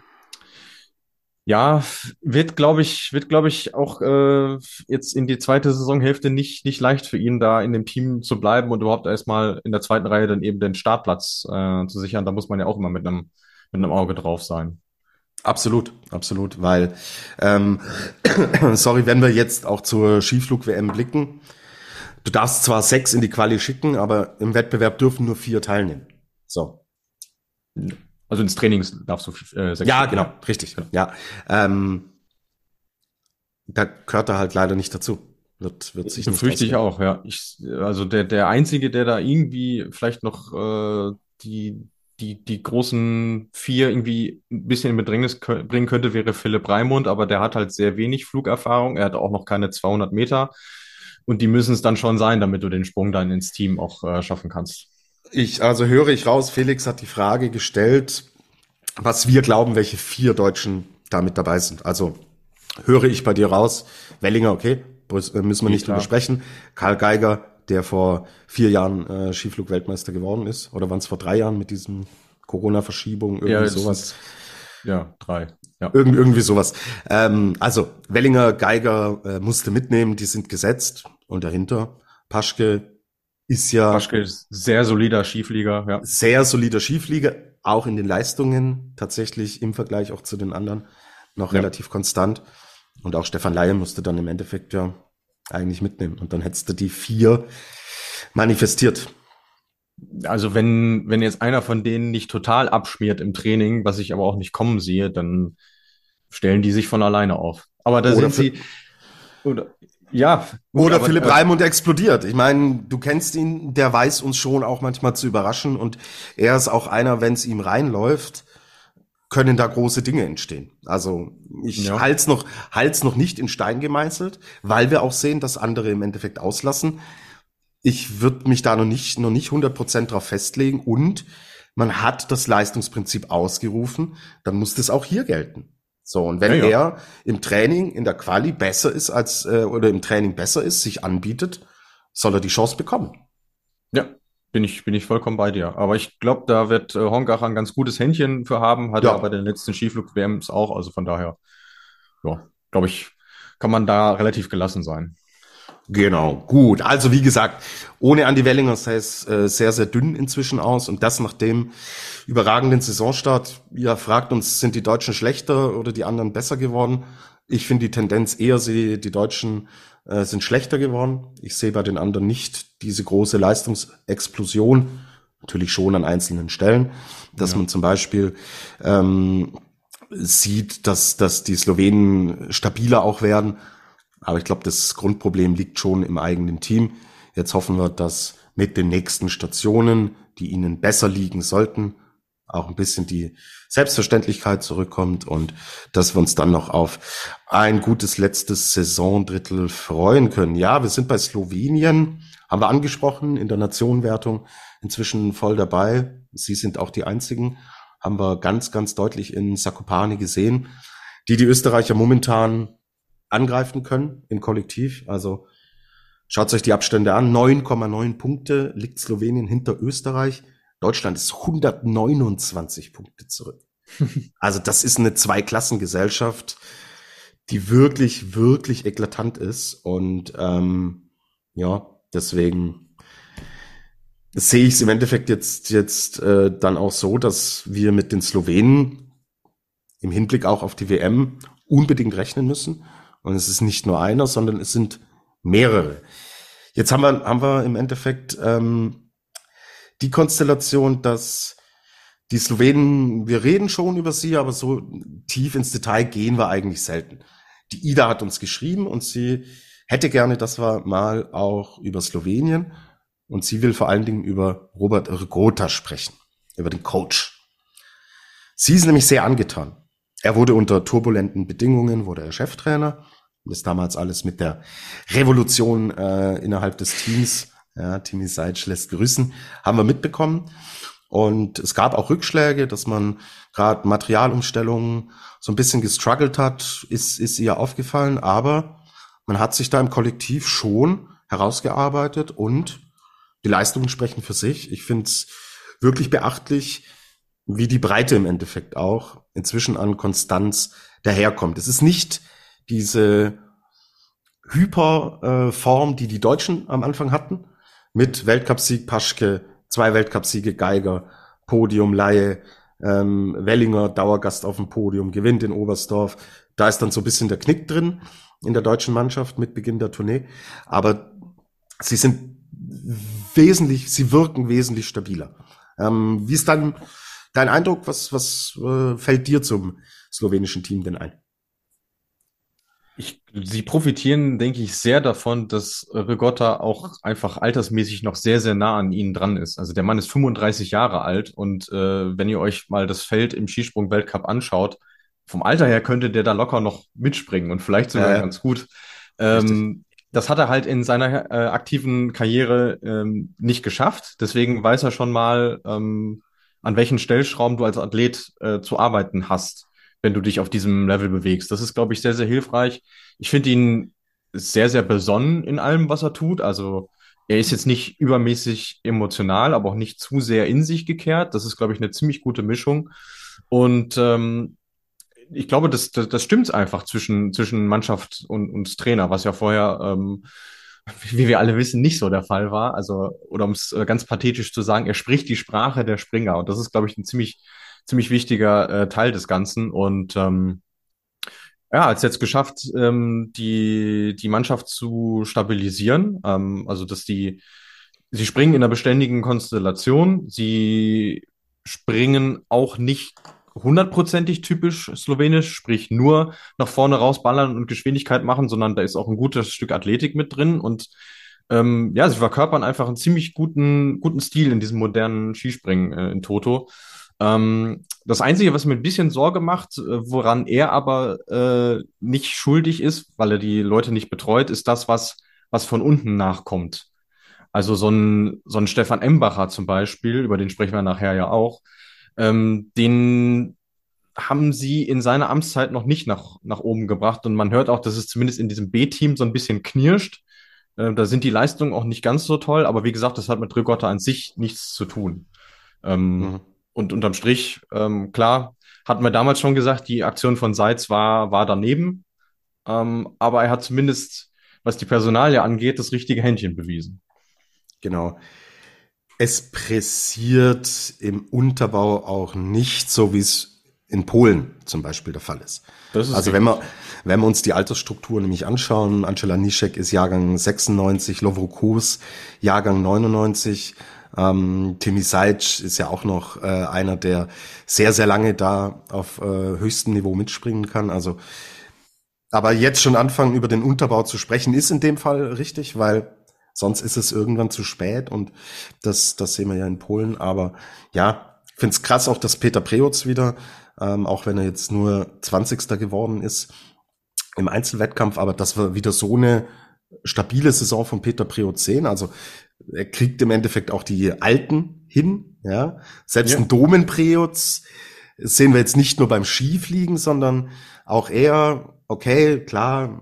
ja, wird, glaube ich, wird, glaube ich, auch äh, jetzt in die zweite Saisonhälfte nicht, nicht leicht für ihn, da in dem Team zu bleiben und überhaupt erstmal in der zweiten Reihe dann eben den Startplatz äh, zu sichern. Da muss man ja auch immer mit einem, mit einem Auge drauf sein. Absolut, absolut, weil, ähm, sorry, wenn wir jetzt auch zur Skiflug-W M blicken, du darfst zwar sechs in die Quali schicken, aber im Wettbewerb dürfen nur vier teilnehmen. So. Also ins Training darfst du äh, sechs Ja, schicken. genau, richtig. Genau. Ja, ähm, da gehört er halt leider nicht dazu. Wird, wird sich nicht Befürchte ich auch, ja. Ich, also der, der Einzige, der da irgendwie vielleicht noch äh, die, die, die großen vier irgendwie ein bisschen in Bedrängnis kö- bringen könnte, wäre Philipp Raimund, aber der hat halt sehr wenig Flugerfahrung. Er hat auch noch keine zweihundert Meter. Und die müssen es dann schon sein, damit du den Sprung dann ins Team auch äh, schaffen kannst. Ich, also höre ich raus, Felix hat die Frage gestellt, was wir glauben, welche vier Deutschen da mit dabei sind. Also höre ich bei dir raus, Wellinger, okay, müssen wir nicht drüber sprechen. Karl Geiger, der vor vier Jahren äh, Skiflug-Weltmeister geworden ist. Oder waren es vor drei Jahren mit diesem Corona-Verschiebung, irgendwie ja, sowas. Ist, ja, drei. Ja. Irgend, irgendwie sowas. Ähm, also Wellinger, Geiger äh, musste mitnehmen, die sind gesetzt. Und dahinter Paschke ist ja Paschke ist sehr solider Skiflieger, ja. sehr solider Skiflieger, auch in den Leistungen tatsächlich im Vergleich auch zu den anderen noch Ja. relativ konstant. Und auch Stefan Laie musste dann im Endeffekt ja eigentlich mitnehmen. Und dann hättest du die vier manifestiert. Also wenn, wenn jetzt einer von denen nicht total abschmiert im Training, was ich aber auch nicht kommen sehe, dann stellen die sich von alleine auf. Aber da Oder sind für, sie, oder, ja, gut, Oder aber, Philipp äh, Raimund explodiert. Ich meine, du kennst ihn, der weiß uns schon auch manchmal zu überraschen und er ist auch einer, wenn es ihm reinläuft, können da große Dinge entstehen. Also ich ja, halt's noch, halt's noch nicht in Stein gemeißelt, weil wir auch sehen, dass andere im Endeffekt auslassen. Ich würde mich da noch nicht, noch nicht hundert Prozent drauf festlegen und man hat das Leistungsprinzip ausgerufen, dann muss das auch hier gelten. So, und wenn ja, ja, er im Training, in der Quali besser ist als, äh, oder im Training besser ist, sich anbietet, soll er die Chance bekommen. ja, bin ich, bin ich vollkommen bei dir. Aber ich glaube, da wird äh, Hongacher ein ganz gutes Händchen für haben, hat er Ja, bei den letzten Skiflug-W Ms auch, also von daher, ja, glaube ich, kann man da relativ gelassen sein. genau, gut. Also wie gesagt, ohne Andi Wellinger sah es äh, sehr, sehr dünn inzwischen aus und das nach dem überragenden Saisonstart. Ihr fragt uns, sind die Deutschen schlechter oder die anderen besser geworden? Ich finde die Tendenz eher, sie, die Deutschen äh, sind schlechter geworden. Ich sehe bei den anderen nicht diese große Leistungsexplosion. Natürlich schon an einzelnen Stellen, dass Ja. man zum Beispiel ähm, sieht, dass, dass die Slowenen stabiler auch werden. Aber ich glaube, das Grundproblem liegt schon im eigenen Team. Jetzt hoffen wir, dass mit den nächsten Stationen, die ihnen besser liegen sollten, auch ein bisschen die Selbstverständlichkeit zurückkommt und dass wir uns dann noch auf ein gutes letztes Saisondrittel freuen können. Ja, wir sind bei Slowenien, haben wir angesprochen, in der Nationenwertung inzwischen voll dabei. Sie sind auch die einzigen, haben wir ganz, ganz deutlich in Zakopane gesehen, die die Österreicher momentan angreifen können im Kollektiv. Also schaut euch die Abstände an. neun Komma neun Punkte liegt Slowenien hinter Österreich. Deutschland ist hundertneunundzwanzig Punkte zurück. Also das ist eine Zweiklassengesellschaft, die wirklich, wirklich eklatant ist. Und ähm, ja, deswegen sehe ich es im Endeffekt jetzt, jetzt äh, dann auch so, dass wir mit den Slowenen im Hinblick auch auf die W M unbedingt rechnen müssen. Und es ist nicht nur einer, sondern es sind mehrere. Jetzt haben wir, haben wir im Endeffekt ähm, die Konstellation, dass die Slowenen, wir reden schon über sie, aber so tief ins Detail gehen wir eigentlich selten. Die Ida hat uns geschrieben und sie hätte gerne, dass wir mal auch über Slowenien und sie will vor allen Dingen über Robert Rgota sprechen, über den Coach. Sie ist nämlich sehr angetan. Er wurde unter turbulenten Bedingungen, wurde er Cheftrainer. Das damals alles mit der Revolution äh, innerhalb des Teams, ja, Timi Zajc lässt grüßen, haben wir mitbekommen. Und es gab auch Rückschläge, dass man gerade Materialumstellungen so ein bisschen gestruggelt hat, ist, ist ihr aufgefallen. Aber man hat sich da im Kollektiv schon herausgearbeitet und die Leistungen sprechen für sich. Ich finde es wirklich beachtlich, wie die Breite im Endeffekt auch inzwischen an Konstanz daherkommt. Es ist nicht diese Hyperform, äh, die die Deutschen am Anfang hatten, mit Weltcupsieg Paschke, zwei Weltcupsiege Geiger, Podium Laie, ähm, Wellinger, Dauergast auf dem Podium, gewinnt in Oberstdorf. Da ist dann so ein bisschen der Knick drin in der deutschen Mannschaft mit Beginn der Tournee. Aber sie sind wesentlich, sie wirken wesentlich stabiler. Ähm, wie ist dein, dein Eindruck? Was, was äh, fällt dir zum slowenischen Team denn ein? Ich, sie profitieren, denke ich, sehr davon, dass Rigotta auch einfach altersmäßig noch sehr, sehr nah an ihnen dran ist. Also der Mann ist fünfunddreißig Jahre alt und äh, wenn ihr euch mal das Feld im Skisprung-Weltcup anschaut, vom Alter her könnte der da locker noch mitspringen und vielleicht sogar Ja, ja, ganz gut. richtig. Ähm, das hat er halt in seiner äh, aktiven Karriere ähm, nicht geschafft. Deswegen weiß er schon mal, ähm, an welchen Stellschrauben du als Athlet äh, zu arbeiten hast, wenn du dich auf diesem Level bewegst. Das ist, glaube ich, sehr, sehr hilfreich. Ich finde ihn sehr, sehr besonnen in allem, was er tut. Also er ist jetzt nicht übermäßig emotional, aber auch nicht zu sehr in sich gekehrt. Das ist, glaube ich, eine ziemlich gute Mischung. Und ähm, ich glaube, das, das, das stimmt einfach zwischen, zwischen Mannschaft und, und Trainer, was ja vorher, ähm, wie wir alle wissen, nicht so der Fall war. Also, oder um es äh, ganz pathetisch zu sagen, er spricht die Sprache der Springer. Und das ist, glaube ich, ein ziemlich, ziemlich wichtiger äh, Teil des Ganzen. Und ähm, ja, hat es jetzt geschafft, ähm, die, die Mannschaft zu stabilisieren. Ähm, also, dass die, sie springen in einer beständigen Konstellation. Sie springen auch nicht hundertprozentig typisch slowenisch, sprich nur nach vorne rausballern und Geschwindigkeit machen, sondern da ist auch ein gutes Stück Athletik mit drin und ähm, ja, sie verkörpern einfach einen ziemlich guten, guten Stil in diesem modernen Skispringen äh, in Toto. Ähm, das Einzige, was mir ein bisschen Sorge macht, äh, woran er aber äh, nicht schuldig ist, weil er die Leute nicht betreut, ist das, was, was von unten nachkommt. Also so ein, so ein Stefan Embacher zum Beispiel, über den sprechen wir nachher ja auch, ähm, den haben sie in seiner Amtszeit noch nicht nach, nach oben gebracht. Und man hört auch, dass es zumindest in diesem B-Team so ein bisschen knirscht. Äh, da sind die Leistungen auch nicht ganz so toll, aber wie gesagt, das hat mit Rigotta an sich nichts zu tun. Ähm, Mhm. und unterm Strich, ähm, klar, hatten wir damals schon gesagt, die Aktion von Seitz war, war daneben. Ähm, aber er hat zumindest, was die Personalie angeht, das richtige Händchen bewiesen. Genau. Es pressiert im Unterbau auch nicht, so wie es in Polen zum Beispiel der Fall ist. Das ist Also richtig. wenn wir, wenn wir uns die Altersstruktur nämlich anschauen, Angela Nischek ist Jahrgang sechsundneunzig, Lovro Kos Jahrgang neunundneunzig, ähm, Timi Zajc ist ja auch noch äh, einer, der sehr, sehr lange da auf äh, höchstem Niveau mitspringen kann. Also, aber jetzt schon anfangen, über den Unterbau zu sprechen, ist in dem Fall richtig, weil sonst ist es irgendwann zu spät und das, das sehen wir ja in Polen. Aber ja, ich finde es krass auch, dass Peter Preutz wieder, ähm, auch wenn er jetzt nur zwanzigster geworden ist im Einzelwettkampf, aber dass wir wieder so eine stabile Saison von Peter Preutz sehen. Also er kriegt im Endeffekt auch die Alten hin. Ja, selbst Ja. ein Domen Preutz sehen wir jetzt nicht nur beim Skifliegen, sondern auch er, okay, klar,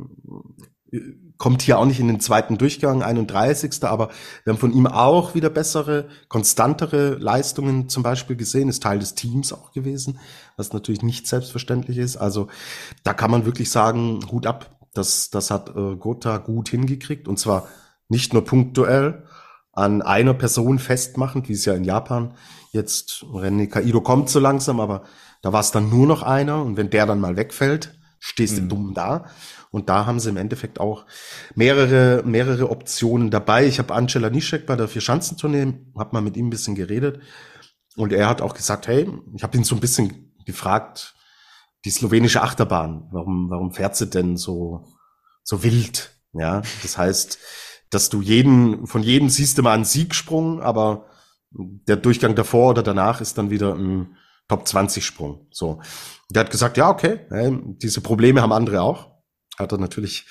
kommt hier auch nicht in den zweiten Durchgang, einunddreißigster aber wir haben von ihm auch wieder bessere, konstantere Leistungen zum Beispiel gesehen, ist Teil des Teams auch gewesen, was natürlich nicht selbstverständlich ist. Also da kann man wirklich sagen, Hut ab, das, das hat äh, Gotha gut hingekriegt und zwar nicht nur punktuell an einer Person festmachend, wie es ja in Japan jetzt, René Kaido kommt so langsam, aber da war es dann nur noch einer und wenn der dann mal wegfällt, stehst du Mhm. dumm da. Und da haben sie im Endeffekt auch mehrere, mehrere Optionen dabei. Ich habe Angela Nischek bei der Vierschanzentournee, habe mal mit ihm ein bisschen geredet. Und er hat auch gesagt, hey, ich habe ihn so ein bisschen gefragt, die slowenische Achterbahn, warum, warum fährt sie denn so, so wild? Ja, das heißt, dass du jeden, von jedem siehst du mal einen Siegsprung, aber der Durchgang davor oder danach ist dann wieder ein Top zwanzig Sprung. So. Der hat gesagt, ja, okay, diese Probleme haben andere auch. Hat er natürlich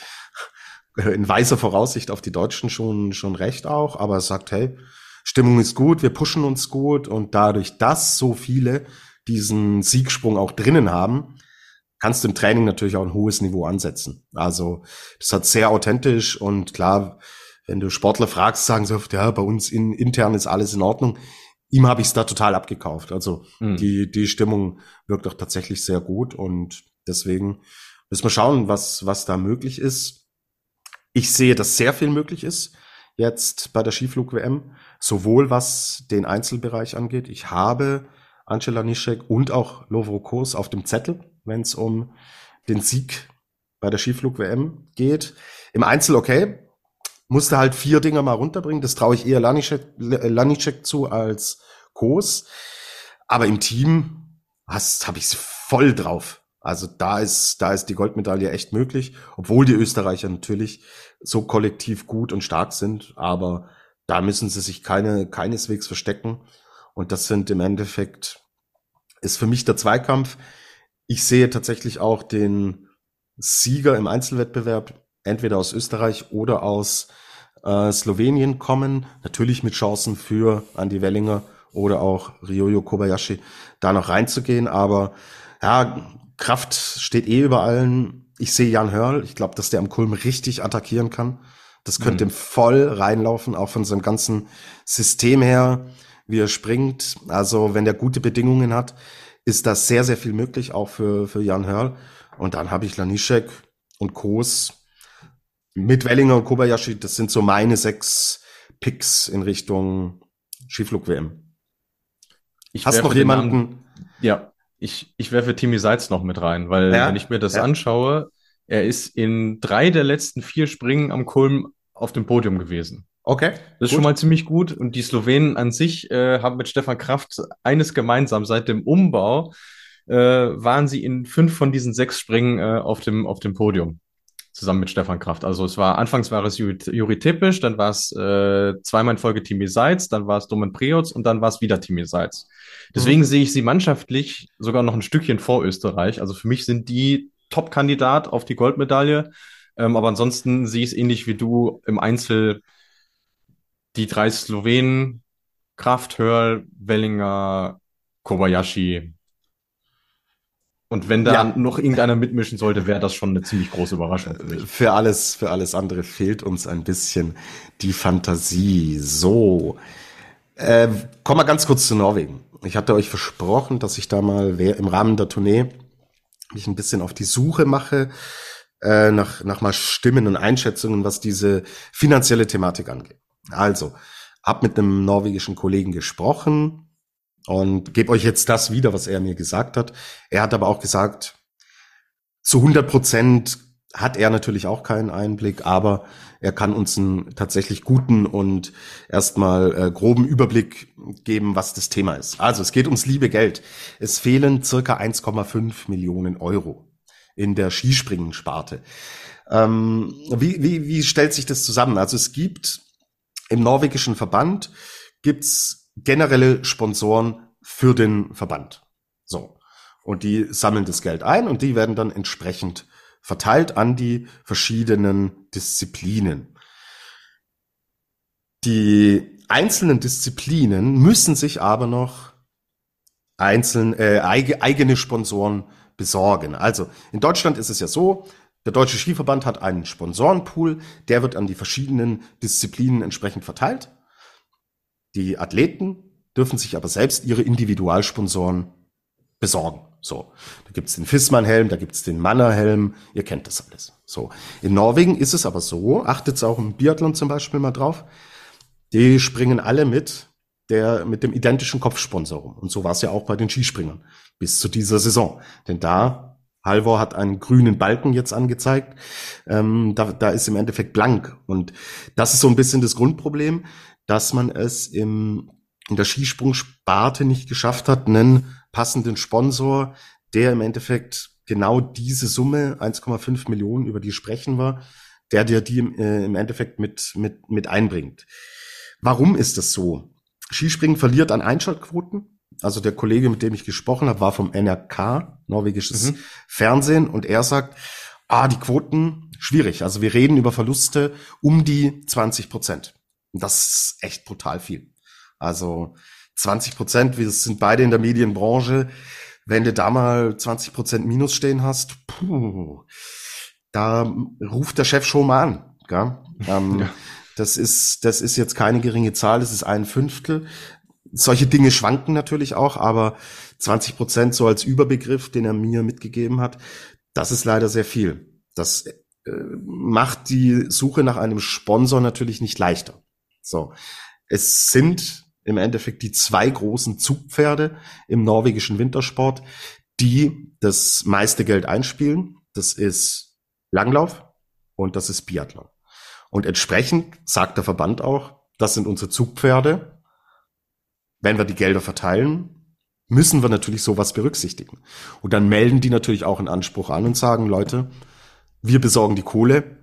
in weiser Voraussicht auf die Deutschen schon, schon recht auch, aber er sagt, hey, Stimmung ist gut, wir pushen uns gut und dadurch, dass so viele diesen Siegsprung auch drinnen haben, kannst du im Training natürlich auch ein hohes Niveau ansetzen. Also das hat sehr authentisch und klar, wenn du Sportler fragst, sagen sie oft, ja, bei uns in, intern ist alles in Ordnung. Ihm habe ich es da total abgekauft. Also Mhm. die, die Stimmung wirkt auch tatsächlich sehr gut und deswegen müssen wir schauen, was, was da möglich ist. Ich sehe, dass sehr viel möglich ist jetzt bei der Skiflug-W M, sowohl was den Einzelbereich angeht. Ich habe Angela Nischek und auch Lovro Kos auf dem Zettel, wenn es um den Sieg bei der Skiflug-W M geht. Im Einzel okay, musste halt vier Dinger mal runterbringen. Das traue ich eher Lanišek, Lanišek zu als Kos. Aber im Team habe ich es voll drauf. Also da ist, da ist die Goldmedaille echt möglich, obwohl die Österreicher natürlich so kollektiv gut und stark sind. Aber da müssen sie sich keine, keineswegs verstecken. Und das sind im Endeffekt, ist für mich der Zweikampf. Ich sehe tatsächlich auch den Sieger im Einzelwettbewerb entweder aus Österreich oder aus äh, Slowenien kommen. Natürlich mit Chancen für Andi Wellinger oder auch Ryoyo Kobayashi da noch reinzugehen. Aber ja, Kraft steht eh über allen. Ich sehe Jan Hörl. Ich glaube, dass der am Kulm richtig attackieren kann. Das könnte Mhm. ihm voll reinlaufen, auch von seinem ganzen System her, wie er springt. Also wenn der gute Bedingungen hat, ist da sehr, sehr viel möglich, auch für, für Jan Hörl. Und dann habe ich Lanišek und Kos mit Wellinger und Kobayashi. Das sind so meine sechs Picks in Richtung Skiflug-W M. Ich Hast werfe noch den jemanden? Namen, ja, ich, ich werfe Timmy Seitz noch mit rein, weil Ja, wenn ich mir das ja. anschaue, er ist in drei der letzten vier Springen am Kulm auf dem Podium gewesen. Okay, Das ist gut. schon mal ziemlich gut. Und die Slowenen an sich äh, haben mit Stefan Kraft eines gemeinsam. Seit dem Umbau äh, waren sie in fünf von diesen sechs Springen äh, auf dem, auf dem Podium. Zusammen mit Stefan Kraft. Also es war, anfangs war es Juri, Juri Tepisch, dann war es äh, zweimal in Folge Timmy Seitz, dann war es Domen Prioc und dann war es wieder Timmy Seitz. Deswegen Mhm. sehe ich sie mannschaftlich sogar noch ein Stückchen vor Österreich. Also für mich sind die Top-Kandidat auf die Goldmedaille. Ähm, aber ansonsten sehe ich es ähnlich wie du im Einzel. Die drei Slowenen, Kraft, Hörl, Wellinger, Kobayashi. Und wenn da Ja, noch irgendeiner mitmischen sollte, wäre das schon eine ziemlich große Überraschung für mich. für alles, für alles andere fehlt uns ein bisschen die Fantasie. So, äh, kommen wir ganz kurz zu Norwegen. Ich hatte euch versprochen, dass ich da mal im Rahmen der Tournee mich ein bisschen auf die Suche mache äh, nach, nach mal Stimmen und Einschätzungen, was diese finanzielle Thematik angeht. Also, hab mit einem norwegischen Kollegen gesprochen und gebe euch jetzt das wieder, was er mir gesagt hat. Er hat aber auch gesagt, zu hundert Prozent hat er natürlich auch keinen Einblick, aber er kann uns einen tatsächlich guten und erstmal äh, groben Überblick geben, was das Thema ist. Also es geht ums liebe Geld. Es fehlen circa eins Komma fünf Millionen Euro in der Skispringen-Sparte. Ähm, wie, wie, wie stellt sich das zusammen? Also es gibt im norwegischen Verband gibt's generelle Sponsoren für den Verband. So. Und die sammeln das Geld ein und die werden dann entsprechend verteilt an die verschiedenen Disziplinen. Die einzelnen Disziplinen müssen sich aber noch einzeln, äh, eigene Sponsoren besorgen. Also in Deutschland ist es ja so, der Deutsche Skiverband hat einen Sponsorenpool, der wird an die verschiedenen Disziplinen entsprechend verteilt. Die Athleten dürfen sich aber selbst ihre Individualsponsoren besorgen. So, da gibt's den Fissmann-Helm, da gibt's den Manner-Helm, ihr kennt das alles. So, in Norwegen ist es aber so, achtet's auch im Biathlon zum Beispiel mal drauf, die springen alle mit der mit dem identischen Kopfsponsor rum. Und so war es ja auch bei den Skispringern bis zu dieser Saison. Denn da, Halvor hat einen grünen Balken jetzt angezeigt, ähm, da, da ist im Endeffekt blank. Und das ist so ein bisschen das Grundproblem, dass man es im in der Skisprungsparte nicht geschafft hat, einen passenden Sponsor, der im Endeffekt genau diese Summe, eins Komma fünf Millionen, über die sprechen wir, der dir die äh, im Endeffekt mit, mit, mit einbringt. Warum ist das so? Skispringen verliert an Einschaltquoten. Also der Kollege, mit dem ich gesprochen habe, war vom N R K, norwegisches mhm. Fernsehen, und er sagt, ah, die Quoten, schwierig. Also wir reden über Verluste um die zwanzig Prozent. Und das ist echt brutal viel. Also zwanzig Prozent, wir sind beide in der Medienbranche. Wenn du da mal zwanzig Prozent Minus stehen hast, puh, da ruft der Chef schon mal an. Gell? Ähm, ja. Das ist, das ist jetzt keine geringe Zahl, das ist ein Fünftel. Solche Dinge schwanken natürlich auch, aber zwanzig Prozent so als Überbegriff, den er mir mitgegeben hat, das ist leider sehr viel. Das äh, macht die Suche nach einem Sponsor natürlich nicht leichter. So, es sind im Endeffekt die zwei großen Zugpferde im norwegischen Wintersport, die das meiste Geld einspielen. Das ist Langlauf und das ist Biathlon. Und entsprechend sagt der Verband auch, das sind unsere Zugpferde. Wenn wir die Gelder verteilen, müssen wir natürlich sowas berücksichtigen. Und dann melden die natürlich auch einen Anspruch an und sagen, Leute, wir besorgen die Kohle,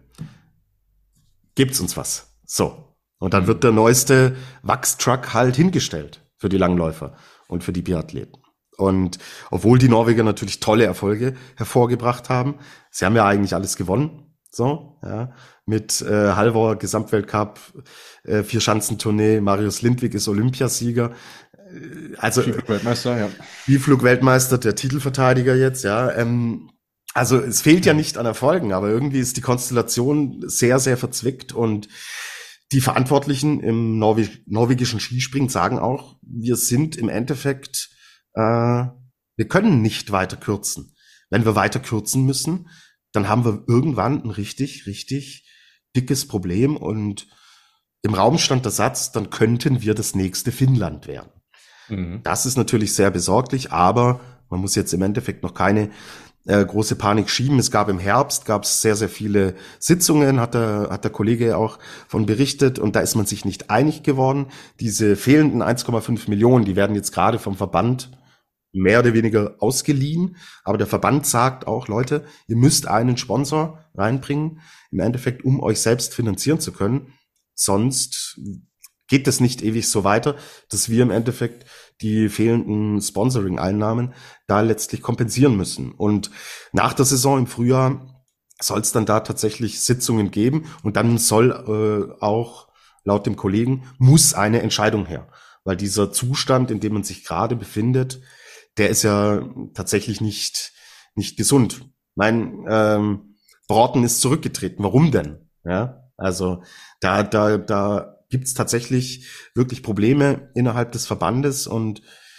gebt's uns was. So. Und dann wird der neueste Wachstruck halt hingestellt für die Langläufer und für die Biathleten. Und obwohl die Norweger natürlich tolle Erfolge hervorgebracht haben, sie haben ja eigentlich alles gewonnen, so, ja, mit äh, Halvor Gesamtweltcup, äh, Vierschanzentournee, Marius Lindvik ist Olympiasieger, äh, also Skiflug-Weltmeister, ja. Skiflug-Weltmeister, der Titelverteidiger jetzt, ja, ähm, also es fehlt ja nicht an Erfolgen, aber irgendwie ist die Konstellation sehr, sehr verzwickt, und die Verantwortlichen im Norweg- norwegischen Skispringen sagen auch, wir sind im Endeffekt, äh, wir Wir können nicht weiter kürzen. Wenn wir weiter kürzen müssen, dann haben wir irgendwann ein richtig, richtig dickes Problem und im Raum stand der Satz, dann könnten wir das nächste Finnland werden. Mhm. Das ist natürlich sehr besorglich, aber man muss jetzt im Endeffekt noch keine äh, große Panik schieben. Es gab im Herbst, gab es sehr, sehr viele Sitzungen, hat der, hat der Kollege auch von berichtet und da ist man sich nicht einig geworden. Diese fehlenden eins Komma fünf Millionen, die werden jetzt gerade vom Verband mehr oder weniger ausgeliehen, aber der Verband sagt auch, Leute, ihr müsst einen Sponsor reinbringen, im Endeffekt, um euch selbst finanzieren zu können. Sonst geht das nicht ewig so weiter, dass wir im Endeffekt die fehlenden Sponsoring-Einnahmen da letztlich kompensieren müssen. Und nach der Saison im Frühjahr soll es dann da tatsächlich Sitzungen geben und dann soll äh, auch laut dem Kollegen muss eine Entscheidung her, weil dieser Zustand, in dem man sich gerade befindet, der ist ja tatsächlich nicht nicht gesund. Mein ähm, Broughton ist zurückgetreten. Warum denn? Ja, also da da da gibt's tatsächlich wirklich Probleme innerhalb des Verbandes und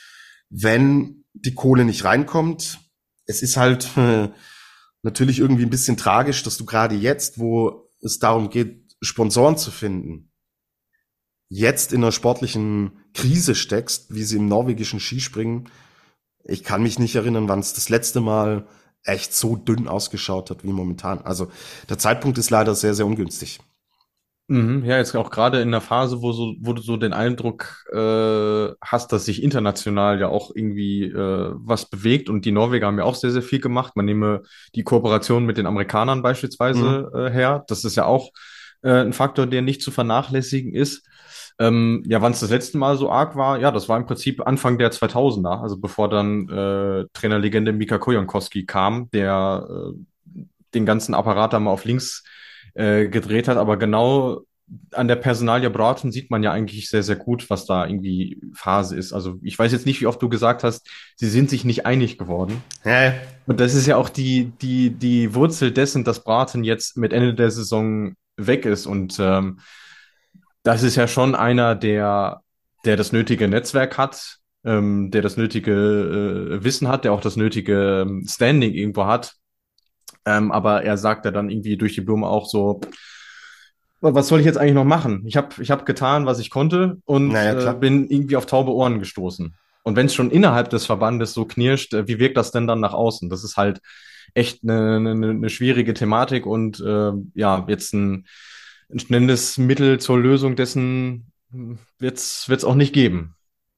wenn die Kohle nicht reinkommt, es ist halt äh, natürlich irgendwie ein bisschen tragisch, dass du gerade jetzt, wo es darum geht, Sponsoren zu finden, jetzt in einer sportlichen Krise steckst, wie sie im norwegischen Skispringen. Ich kann mich nicht erinnern, wann es das letzte Mal echt so dünn ausgeschaut hat wie momentan. Also der Zeitpunkt ist leider sehr, sehr ungünstig. Mhm, ja, jetzt auch gerade in der Phase, wo so, wo du so den Eindruck äh, hast, dass sich international ja auch irgendwie äh, was bewegt und die Norweger haben ja auch sehr, sehr viel gemacht. Man nehme die Kooperation mit den Amerikanern beispielsweise Mhm. äh, her. Das ist ja auch äh, ein Faktor, der nicht zu vernachlässigen ist. Ähm, ja, wann es das letzte Mal so arg war, ja, das war im Prinzip Anfang der zweitausender, also bevor dann äh, Trainerlegende Mika Kojonkowski kam, der äh, den ganzen Apparat da mal auf links äh, gedreht hat, aber genau an der Personalie Broughton sieht man ja eigentlich sehr, sehr gut, was da irgendwie Phase ist. Also ich weiß jetzt nicht, wie oft du gesagt hast, sie sind sich nicht einig geworden. Ja, ja. Und das ist ja auch die, die, die Wurzel dessen, dass Broughton jetzt mit Ende der Saison weg ist. Und ähm, das ist ja schon einer, der, der das nötige Netzwerk hat, ähm, der das nötige äh, Wissen hat, der auch das nötige ähm, Standing irgendwo hat. Ähm, aber er sagt ja dann irgendwie durch die Blume auch so, was soll ich jetzt eigentlich noch machen? Ich habe ich hab getan, was ich konnte und Naja, äh, klar. bin irgendwie auf taube Ohren gestoßen. Und wenn es schon innerhalb des Verbandes so knirscht, äh, wie wirkt das denn dann nach außen? Das ist halt echt eine, eine, eine schwierige Thematik und äh, ja, jetzt ein, ein schnelles Mittel zur Lösung dessen wird's wird's auch nicht geben.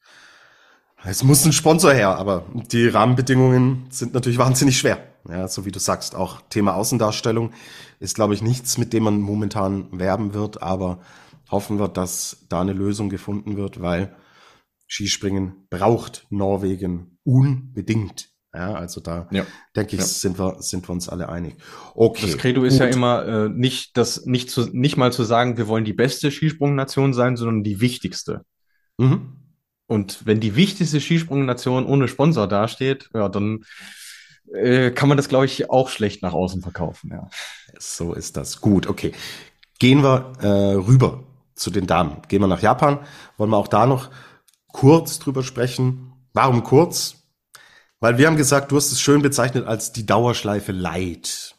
Es muss ein Sponsor her, aber die Rahmenbedingungen sind natürlich wahnsinnig schwer. Ja, so wie du sagst, auch Thema Außendarstellung ist, glaube ich, nichts, mit dem man momentan werben wird, aber hoffen wir, dass da eine Lösung gefunden wird, weil Skispringen braucht Norwegen unbedingt. Ja, also da Ja. denke ich, Ja. sind wir, sind wir uns alle einig. Okay. Das Credo ist ja gut. immer äh, nicht das nicht zu nicht mal zu sagen, wir wollen die beste Skisprungnation sein, sondern die wichtigste. Mhm. Und wenn die wichtigste Skisprungnation ohne Sponsor dasteht, ja, dann äh, kann man das, glaube ich, auch schlecht nach außen verkaufen, ja. So ist das. Gut, okay. Gehen wir äh, rüber zu den Damen. Gehen wir nach Japan. Wollen wir auch da noch kurz drüber sprechen. Warum kurz? Weil wir haben gesagt, du hast es schön bezeichnet als die Dauerschleife Light.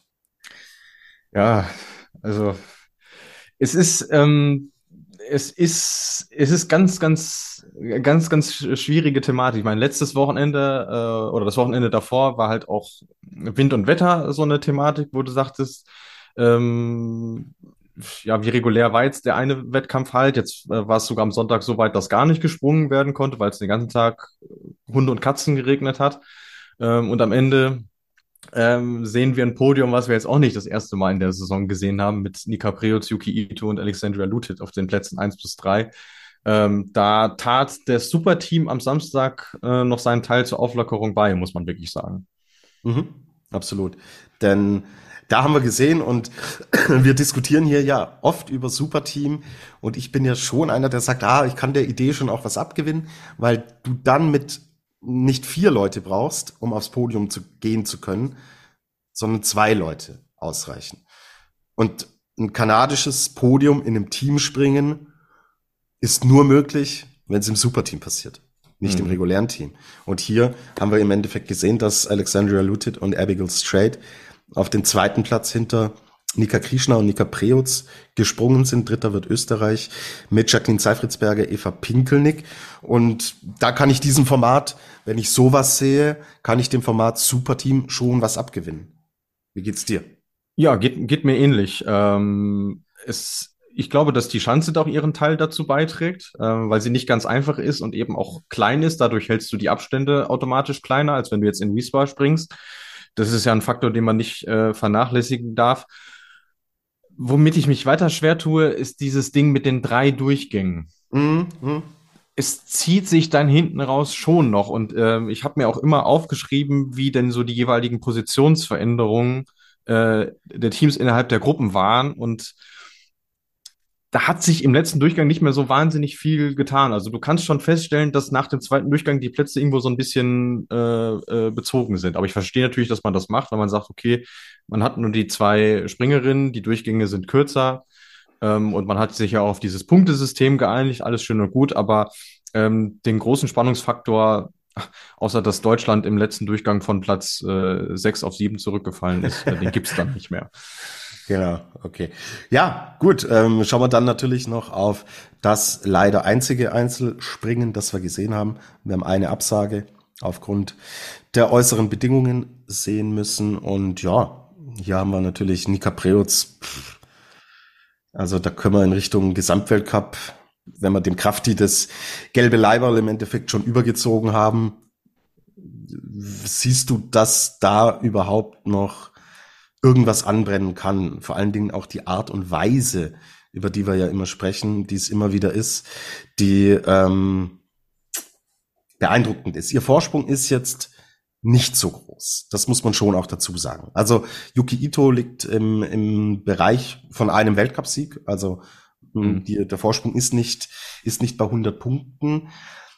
Ja, also es ist, ähm, es ist, es ist ganz, ganz, ganz, ganz schwierige Thematik. Ich meine, letztes Wochenende äh, oder das Wochenende davor war halt auch Wind und Wetter so eine Thematik, wo du sagtest, ähm, ja, wie regulär war jetzt der eine Wettkampf halt. Jetzt äh, war es sogar am Sonntag so weit, dass gar nicht gesprungen werden konnte, weil es den ganzen Tag Hunde und Katzen geregnet hat. Ähm, und am Ende ähm, sehen wir ein Podium, was wir jetzt auch nicht das erste Mal in der Saison gesehen haben, mit Nika Preutz, Yuki Ito und Alexandria Lutit auf den Plätzen eins bis drei. Ähm, da tat das Superteam am Samstag äh, noch seinen Teil zur Auflockerung bei, muss man wirklich sagen. Mhm, absolut. Denn da haben wir gesehen und wir diskutieren hier ja oft über Superteam und ich bin ja schon einer, der sagt, ah, ich kann der Idee schon auch was abgewinnen, weil du dann mit nicht vier Leute brauchst, um aufs Podium zu gehen zu können, sondern zwei Leute ausreichen. Und ein kanadisches Podium in einem Teamspringen ist nur möglich, wenn es im Superteam passiert. nicht Mhm. im regulären Team. Und hier haben wir im Endeffekt gesehen, dass Alexandria Lutit und Abigail Strait auf den zweiten Platz hinter Nika Krishna und Nika Preutz gesprungen sind. Dritter wird Österreich mit Jacqueline Seifritzberger, Eva Pinkelnick. Und da kann ich diesem Format, wenn ich sowas sehe, kann ich dem Format Superteam schon was abgewinnen. Wie geht's dir? Ja, geht, geht mir ähnlich. Ähm, es, ich glaube, dass die Schanze auch ihren Teil dazu beiträgt, äh, weil sie nicht ganz einfach ist und eben auch klein ist. Dadurch hältst du die Abstände automatisch kleiner, als wenn du jetzt in Wiesbaden springst. Das ist ja ein Faktor, den man nicht äh, vernachlässigen darf. Womit ich mich weiter schwer tue, ist dieses Ding mit den drei Durchgängen. Mhm. Mhm. Es zieht sich dann hinten raus schon noch. Und ähm, ich habe mir auch immer aufgeschrieben, wie denn so die jeweiligen Positionsveränderungen äh, der Teams innerhalb der Gruppen waren. Und da hat sich im letzten Durchgang nicht mehr so wahnsinnig viel getan. Also du kannst schon feststellen, dass nach dem zweiten Durchgang die Plätze irgendwo so ein bisschen äh, äh, bezogen sind. Aber ich verstehe natürlich, dass man das macht, weil man sagt, okay, man hat nur die zwei Springerinnen, die Durchgänge sind kürzer. Ähm, und man hat sich ja auch auf dieses Punktesystem geeinigt, alles schön und gut, aber ähm, den großen Spannungsfaktor, außer dass Deutschland im letzten Durchgang von Platz äh, sechs auf sieben zurückgefallen ist, äh, den gibt's dann nicht mehr. Genau, okay. Ja, gut, ähm, schauen wir dann natürlich noch auf das leider einzige Einzelspringen, das wir gesehen haben. Wir haben eine Absage aufgrund der äußeren Bedingungen sehen müssen. Und ja, hier haben wir natürlich Nika Preutz. Also da können wir in Richtung Gesamtweltcup, wenn wir dem Krafti das gelbe Leiberl im Endeffekt schon übergezogen haben, siehst du, dass da überhaupt noch irgendwas anbrennen kann? Vor allen Dingen auch die Art und Weise, über die wir ja immer sprechen, die es immer wieder ist, die ähm, beeindruckend ist. Ihr Vorsprung ist jetzt nicht so groß. Das muss man schon auch dazu sagen. Also Yuki Ito liegt im, im Bereich von einem Weltcupsieg. Also Mhm. die, der Vorsprung ist nicht, ist nicht bei hundert Punkten.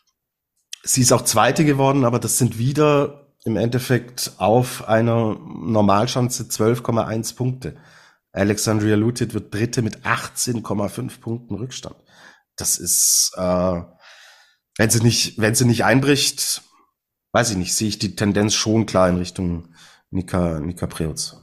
Sie ist auch Zweite geworden, aber das sind wieder im Endeffekt auf einer Normalschanze zwölf Komma eins Punkte. Alexandria Lutit wird Dritte mit achtzehn Komma fünf Punkten Rückstand. Das ist, äh, wenn sie nicht, wenn sie nicht einbricht, weiß ich nicht, sehe ich die Tendenz schon klar in Richtung Nika, Nika Preutz.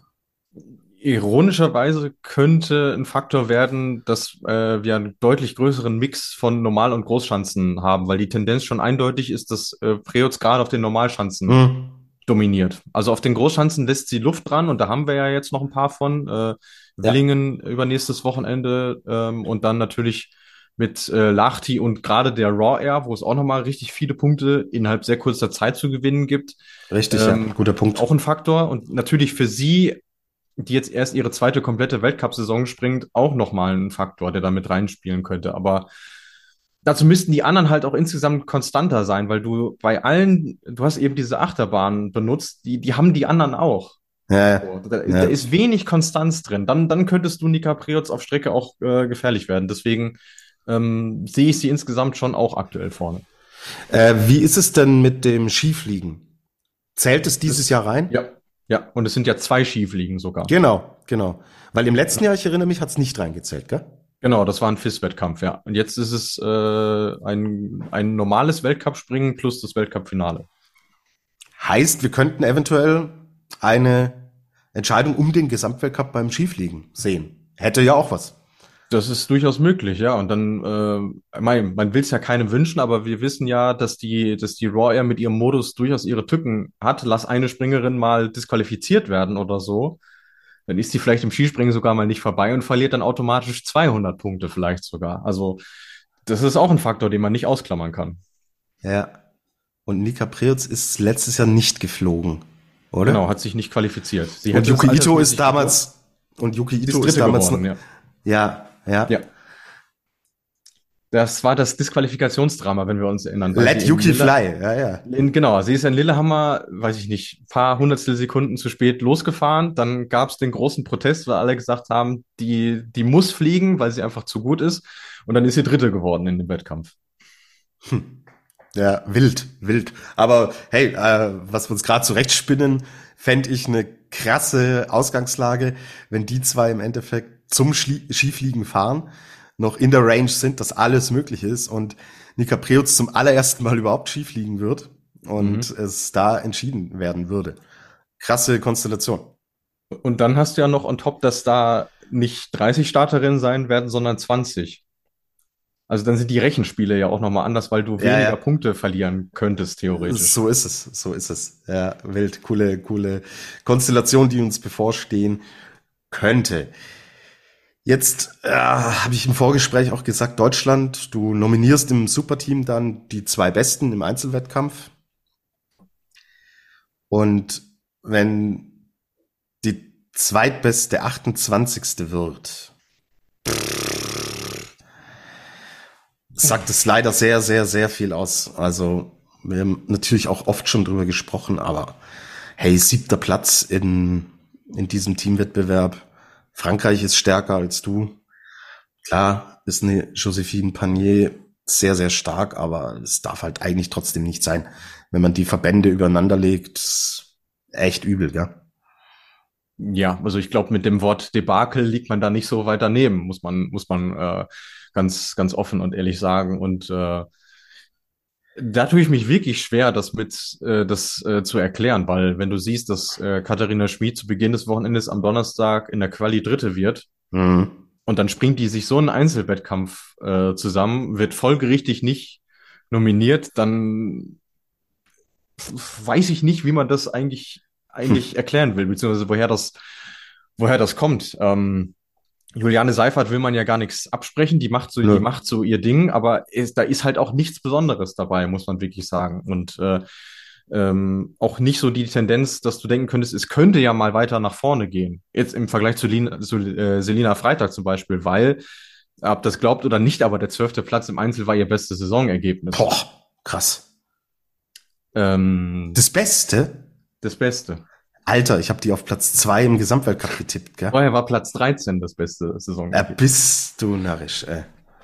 Ironischerweise könnte ein Faktor werden, dass äh, wir einen deutlich größeren Mix von Normal- und Großschanzen haben, weil die Tendenz schon eindeutig ist, dass äh, Preutz gerade auf den Normalschanzen Hm. dominiert. Also auf den Großschanzen lässt sie Luft dran und da haben wir ja jetzt noch ein paar von. Äh, Willingen ja. Übernächstes Wochenende ähm, und dann natürlich mit äh, Lahti und gerade der Raw Air, wo es auch nochmal richtig viele Punkte innerhalb sehr kurzer Zeit zu gewinnen gibt. Richtig, ähm, ja, guter Punkt. Auch ein Faktor und natürlich für sie, die jetzt erst ihre zweite komplette Weltcup-Saison springt, auch nochmal ein Faktor, der da mit reinspielen könnte. Aber dazu müssten die anderen halt auch insgesamt konstanter sein, weil du bei allen, du hast eben diese Achterbahn benutzt, die, die haben die anderen auch. Ja, So, da, ja. da ist wenig Konstanz drin. Dann, dann könntest du Nika Preutz auf Strecke auch äh, gefährlich werden. Deswegen ähm, sehe ich sie insgesamt schon auch aktuell vorne. Äh, wie ist es denn mit dem Skifliegen? Zählt es dieses Das, Jahr rein? Ja, ja. Und es sind ja zwei Skifliegen sogar. Genau, genau. Weil im letzten Jahr, ich erinnere mich, hat es nicht reingezählt, gell? Genau, das war ein F I S-Wettkampf, ja. Und jetzt ist es äh, ein, ein normales Weltcup-Springen plus das Weltcup-Finale. Heißt, wir könnten eventuell eine Entscheidung um den Gesamtweltcup beim Skifliegen sehen. Hätte ja auch was. Das ist durchaus möglich, ja. Und dann, äh, man, man will es ja keinem wünschen, aber wir wissen ja, dass die, dass die Raw Air mit ihrem Modus durchaus ihre Tücken hat. Lass eine Springerin mal disqualifiziert werden oder so. Dann ist die vielleicht im Skispringen sogar mal nicht vorbei und verliert dann automatisch zweihundert Punkte vielleicht sogar. Also das ist auch ein Faktor, den man nicht ausklammern kann. Ja. Und Nika Preutz ist letztes Jahr nicht geflogen, oder? Genau, hat sich nicht qualifiziert. Sie und Yuki Ito ist altersmäßig damals und Yuki Ito ist ist damals geworden, noch, ja. ja, ja. Ja. Das war das Disqualifikationsdrama, wenn wir uns erinnern. Let Yuki fly, ja, ja. In, genau, sie ist in Lillehammer, weiß ich nicht, paar hundertstel Sekunden zu spät losgefahren. Dann gab es den großen Protest, weil alle gesagt haben, die, die muss fliegen, weil sie einfach zu gut ist. Und dann ist sie Dritte geworden in dem Wettkampf. Hm. Ja, wild, wild. Aber hey, äh, was wir uns gerade zurechtspinnen, fände ich eine krasse Ausgangslage, wenn die zwei im Endeffekt zum Schli- Skifliegen fahren. noch in der Range sind, dass alles möglich ist und Nika Preutz zum allerersten Mal überhaupt Ski fliegen wird und mhm. es da entschieden werden würde. Krasse Konstellation. Und dann hast du ja noch on top, dass da nicht dreißig Starterinnen sein werden, sondern zwanzig. Also dann sind die Rechenspiele ja auch nochmal anders, weil du ja, weniger ja. Punkte verlieren könntest, theoretisch. So ist es, so ist es. Ja, wild, coole, coole Konstellation, die uns bevorstehen könnte. Jetzt äh, habe ich im Vorgespräch auch gesagt, Deutschland, du nominierst im Superteam dann die zwei Besten im Einzelwettkampf. Und wenn die zweitbeste achtundzwanzigste wird, sagt es leider sehr, sehr, sehr viel aus. Also wir haben natürlich auch oft schon drüber gesprochen, aber hey, siebter Platz in in diesem Teamwettbewerb. Frankreich ist stärker als du. Klar ist eine Joséphine Panier sehr, sehr stark, aber es darf halt eigentlich trotzdem nicht sein. Wenn man die Verbände übereinander legt, echt übel, gell? Ja, also ich glaube, mit dem Wort Debakel liegt man da nicht so weit daneben, muss man muss man äh, ganz ganz offen und ehrlich sagen. Und äh, da tue ich mich wirklich schwer, das mit äh, das äh, zu erklären, weil wenn du siehst, dass äh, Katharina Schmid zu Beginn des Wochenendes am Donnerstag in der Quali Dritte wird mhm. und dann springt die sich so einen Einzelwettkampf äh, zusammen, wird folgerichtig nicht nominiert, dann weiß ich nicht, wie man das eigentlich eigentlich hm. erklären will, beziehungsweise woher das woher das kommt. Ähm, Juliane Seifert will man ja gar nichts absprechen, die macht so, ja. die macht so ihr Ding, aber ist, da ist halt auch nichts Besonderes dabei, muss man wirklich sagen. Und äh, ähm, auch nicht so die Tendenz, dass du denken könntest, es könnte ja mal weiter nach vorne gehen. Jetzt im Vergleich zu, Lina, zu äh, Selina Freitag zum Beispiel, weil, ob das glaubt oder nicht, aber der zwölfte Platz im Einzel war ihr bestes Saisonergebnis. Boah, krass. Ähm, das Beste? Das Beste. Alter, ich habe die auf Platz zwei im Gesamtweltcup getippt, gell? Vorher war Platz dreizehn das beste Saison. Ja, bist du narrisch, ey.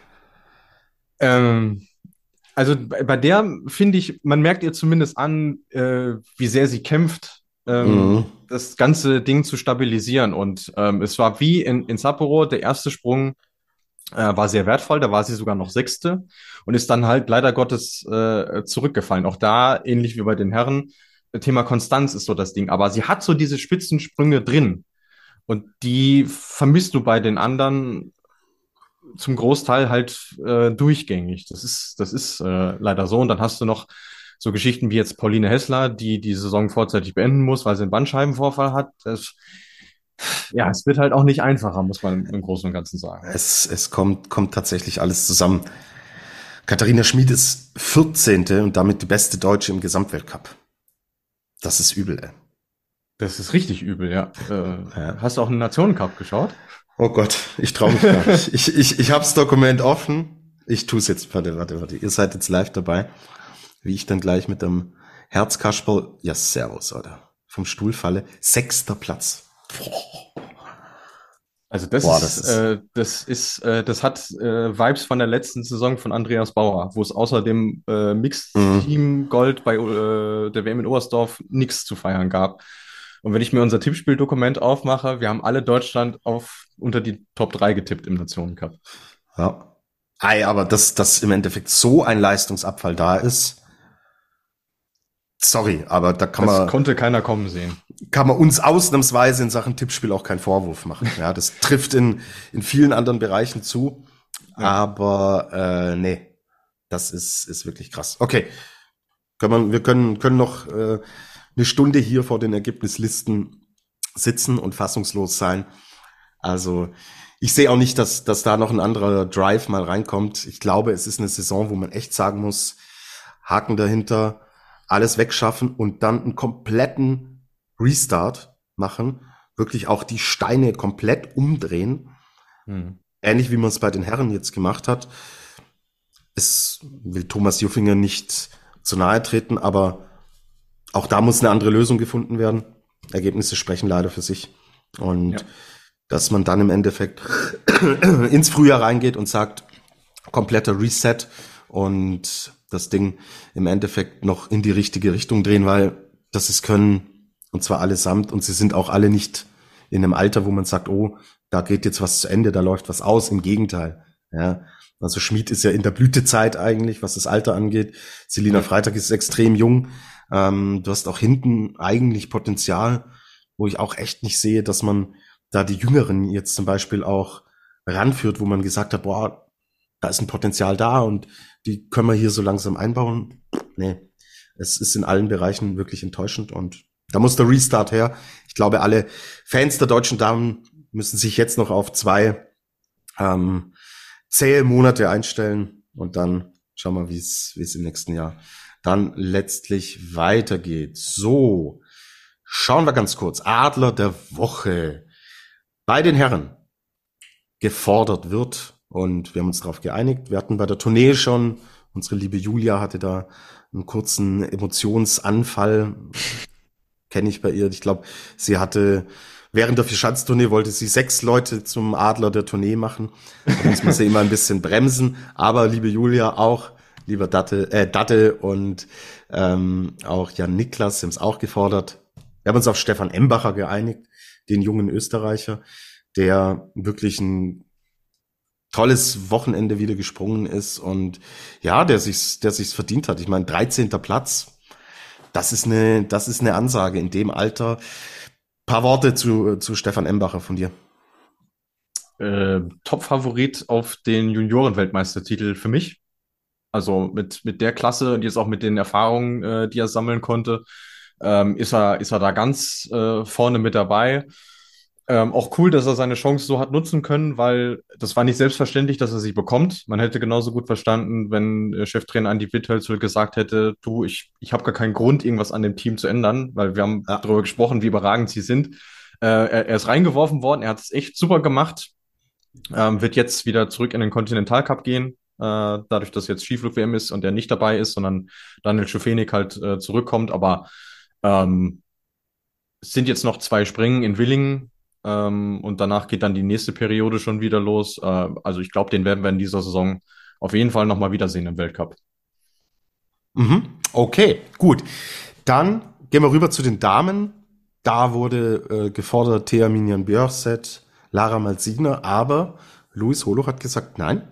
Ähm, also bei der finde ich, man merkt ihr zumindest an, äh, wie sehr sie kämpft, ähm, mhm. das ganze Ding zu stabilisieren. Und ähm, es war wie in, in Sapporo, der erste Sprung äh, war sehr wertvoll, da war sie sogar noch Sechste und ist dann halt leider Gottes äh, zurückgefallen. Auch da, ähnlich wie bei den Herren, Thema Konstanz ist so das Ding, aber sie hat so diese Spitzensprünge drin und die vermisst du bei den anderen zum Großteil halt äh, durchgängig. Das ist, das ist äh, leider so. Und dann hast du noch so Geschichten wie jetzt Pauline Hessler, die die Saison vorzeitig beenden muss, weil sie einen Bandscheibenvorfall hat. Das, ja, es wird halt auch nicht einfacher, muss man im Großen und Ganzen sagen. Es, es kommt, kommt tatsächlich alles zusammen. Katharina Schmid ist vierzehnte und damit die beste Deutsche im Gesamtweltcup. Das ist übel, ey. Das ist richtig übel, ja. Äh, ja. Hast du auch einen Nationencup geschaut? Oh Gott, ich traue mich gar nicht. Ich, ich, ich hab's Dokument offen. Ich tu's jetzt. Warte, warte, warte. Ihr seid jetzt live dabei. Wie ich dann gleich mit dem Herzkasperl, ja, servus, oder? Vom Stuhl falle. Sechster Platz. Boah. Also das, Boah, das ist, ist äh, das ist, äh, das hat äh, Vibes von der letzten Saison von Andreas Bauer, wo es außer dem äh, Mixed-Team Gold bei äh, der W M in Oberstdorf nichts zu feiern gab. Und wenn ich mir unser Tippspieldokument aufmache, wir haben alle Deutschland auf unter die Top drei getippt im Nationencup. Ja. Ei, aber dass, dass im Endeffekt so ein Leistungsabfall da ist, sorry, aber da kann das man... Das konnte keiner kommen sehen. Kann man uns ausnahmsweise in Sachen Tippspiel auch keinen Vorwurf machen. Ja, das trifft in, in vielen anderen Bereichen zu. Ja. Aber äh, nee, das ist, ist wirklich krass. Okay, können wir, wir können, können noch äh, eine Stunde hier vor den Ergebnislisten sitzen und fassungslos sein. Also ich sehe auch nicht, dass, dass da noch ein anderer Drive mal reinkommt. Ich glaube, es ist eine Saison, wo man echt sagen muss, Haken dahinter, alles wegschaffen und dann einen kompletten Restart machen, wirklich auch die Steine komplett umdrehen. Hm. Ähnlich wie man es bei den Herren jetzt gemacht hat. Es will Thomas Juffinger nicht zu nahe treten, aber auch da muss eine andere Lösung gefunden werden. Ergebnisse sprechen leider für sich. Und ja. dass man dann im Endeffekt ins Frühjahr reingeht und sagt, kompletter Reset und das Ding im Endeffekt noch in die richtige Richtung drehen, weil das ist können, und zwar allesamt, und sie sind auch alle nicht in einem Alter, wo man sagt, oh, da geht jetzt was zu Ende, da läuft was aus. Im Gegenteil. Ja, also Schmid ist ja in der Blütezeit eigentlich, was das Alter angeht. Selina Ja. Freitag ist extrem jung. Ähm, du hast auch hinten eigentlich Potenzial, wo ich auch echt nicht sehe, dass man da die Jüngeren jetzt zum Beispiel auch ranführt, wo man gesagt hat, boah, da ist ein Potenzial da und die können wir hier so langsam einbauen. Nee, es ist in allen Bereichen wirklich enttäuschend und da muss der Restart her. Ich glaube, alle Fans der deutschen Damen müssen sich jetzt noch auf zwei ähm, zähe Monate einstellen und dann schauen wir, wie es wie es im nächsten Jahr dann letztlich weitergeht. So, schauen wir ganz kurz. Adler der Woche. Bei den Herren gefordert wird und wir haben uns darauf geeinigt. Wir hatten bei der Tournee schon, unsere liebe Julia hatte da einen kurzen Emotionsanfall. Kenne ich bei ihr. Ich glaube, sie hatte während der Vierschanztournee wollte sie sechs Leute zum Adler der Tournee machen. Da muss man sie immer ein bisschen bremsen. Aber liebe Julia auch, lieber Datte, äh, Datte und ähm, auch Jan Niklas, sie haben es auch gefordert. Wir haben uns auf Stefan Embacher geeinigt, den jungen Österreicher, der wirklich ein tolles Wochenende wieder gesprungen ist und ja, der sich's, der sich's verdient hat. Ich meine, dreizehnter Platz, das ist eine, das ist eine Ansage in dem Alter. Paar Worte zu, zu Stefan Embacher von dir. Äh, Top-Favorit auf den Junioren-Weltmeistertitel für mich. Also mit, mit der Klasse und jetzt auch mit den Erfahrungen, äh, die er sammeln konnte, ähm, ist er, ist er da ganz äh, vorne mit dabei. Ähm, auch cool, dass er seine Chance so hat nutzen können, weil das war nicht selbstverständlich, dass er sie bekommt. Man hätte genauso gut verstanden, wenn äh, Cheftrainer Andi Witthölzl gesagt hätte, du, ich, ich habe gar keinen Grund, irgendwas an dem Team zu ändern, weil wir haben Ja. darüber gesprochen, wie überragend sie sind. Äh, er, er ist reingeworfen worden, er hat es echt super gemacht, ähm, wird jetzt wieder zurück in den Continental-Cup gehen, äh, dadurch, dass jetzt Skiflug-W M ist und er nicht dabei ist, sondern Daniel Schufenig halt äh, zurückkommt. Aber ähm, es sind jetzt noch zwei Springen in Willingen, ähm, und danach geht dann die nächste Periode schon wieder los. Äh, also ich glaube, den werden wir in dieser Saison auf jeden Fall nochmal wiedersehen im Weltcup. Mhm. Okay, gut. Dann gehen wir rüber zu den Damen. Da wurde äh, gefordert Thea Minian Björset, Lara Malzigner, aber Luis Holoch hat gesagt, nein.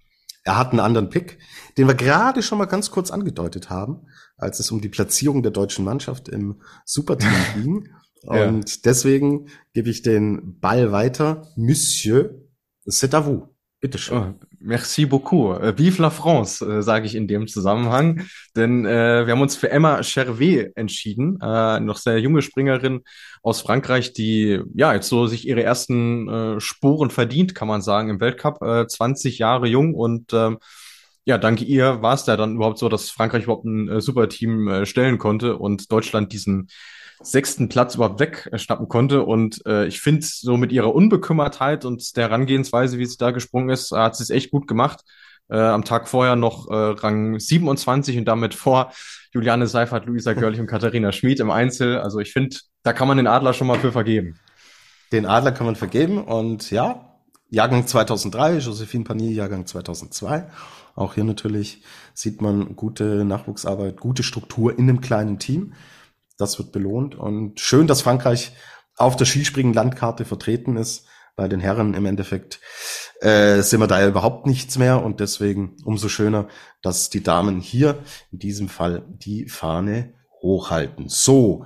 Er hat einen anderen Pick, den wir gerade schon mal ganz kurz angedeutet haben, als es um die Platzierung der deutschen Mannschaft im Superteam ging. Ja. Und deswegen gebe ich den Ball weiter. Monsieur, c'est à vous. Bitteschön. Oh, merci beaucoup. Äh, Vive la France, äh, sage ich in dem Zusammenhang. Denn äh, wir haben uns für Emma Chervet entschieden, äh, noch sehr junge Springerin aus Frankreich, die ja jetzt so sich ihre ersten äh, Sporen verdient, kann man sagen, im Weltcup. Äh, zwanzig Jahre jung und ähm, ja, dank ihr war es da dann überhaupt so, dass Frankreich überhaupt ein äh, Superteam äh, stellen konnte und Deutschland diesen sechsten Platz überhaupt wegschnappen konnte. Und äh, ich finde, so mit ihrer Unbekümmertheit und der Herangehensweise, wie sie da gesprungen ist, hat sie es echt gut gemacht. Äh, am Tag vorher noch äh, Rang siebenundzwanzig und damit vor Juliane Seifert, Luisa Görlich und Katharina Schmid im Einzel. Also ich finde, da kann man den Adler schon mal für vergeben. Den Adler kann man vergeben und ja, Jahrgang zweitausenddrei, Josephine Panier, Jahrgang zweitausendzwei. Auch hier natürlich sieht man gute Nachwuchsarbeit, gute Struktur in einem kleinen Team. Das wird belohnt und schön, dass Frankreich auf der Skispringen-Landkarte vertreten ist. Bei den Herren im Endeffekt äh, sind wir da ja überhaupt nichts mehr und deswegen umso schöner, dass die Damen hier in diesem Fall die Fahne hochhalten. So,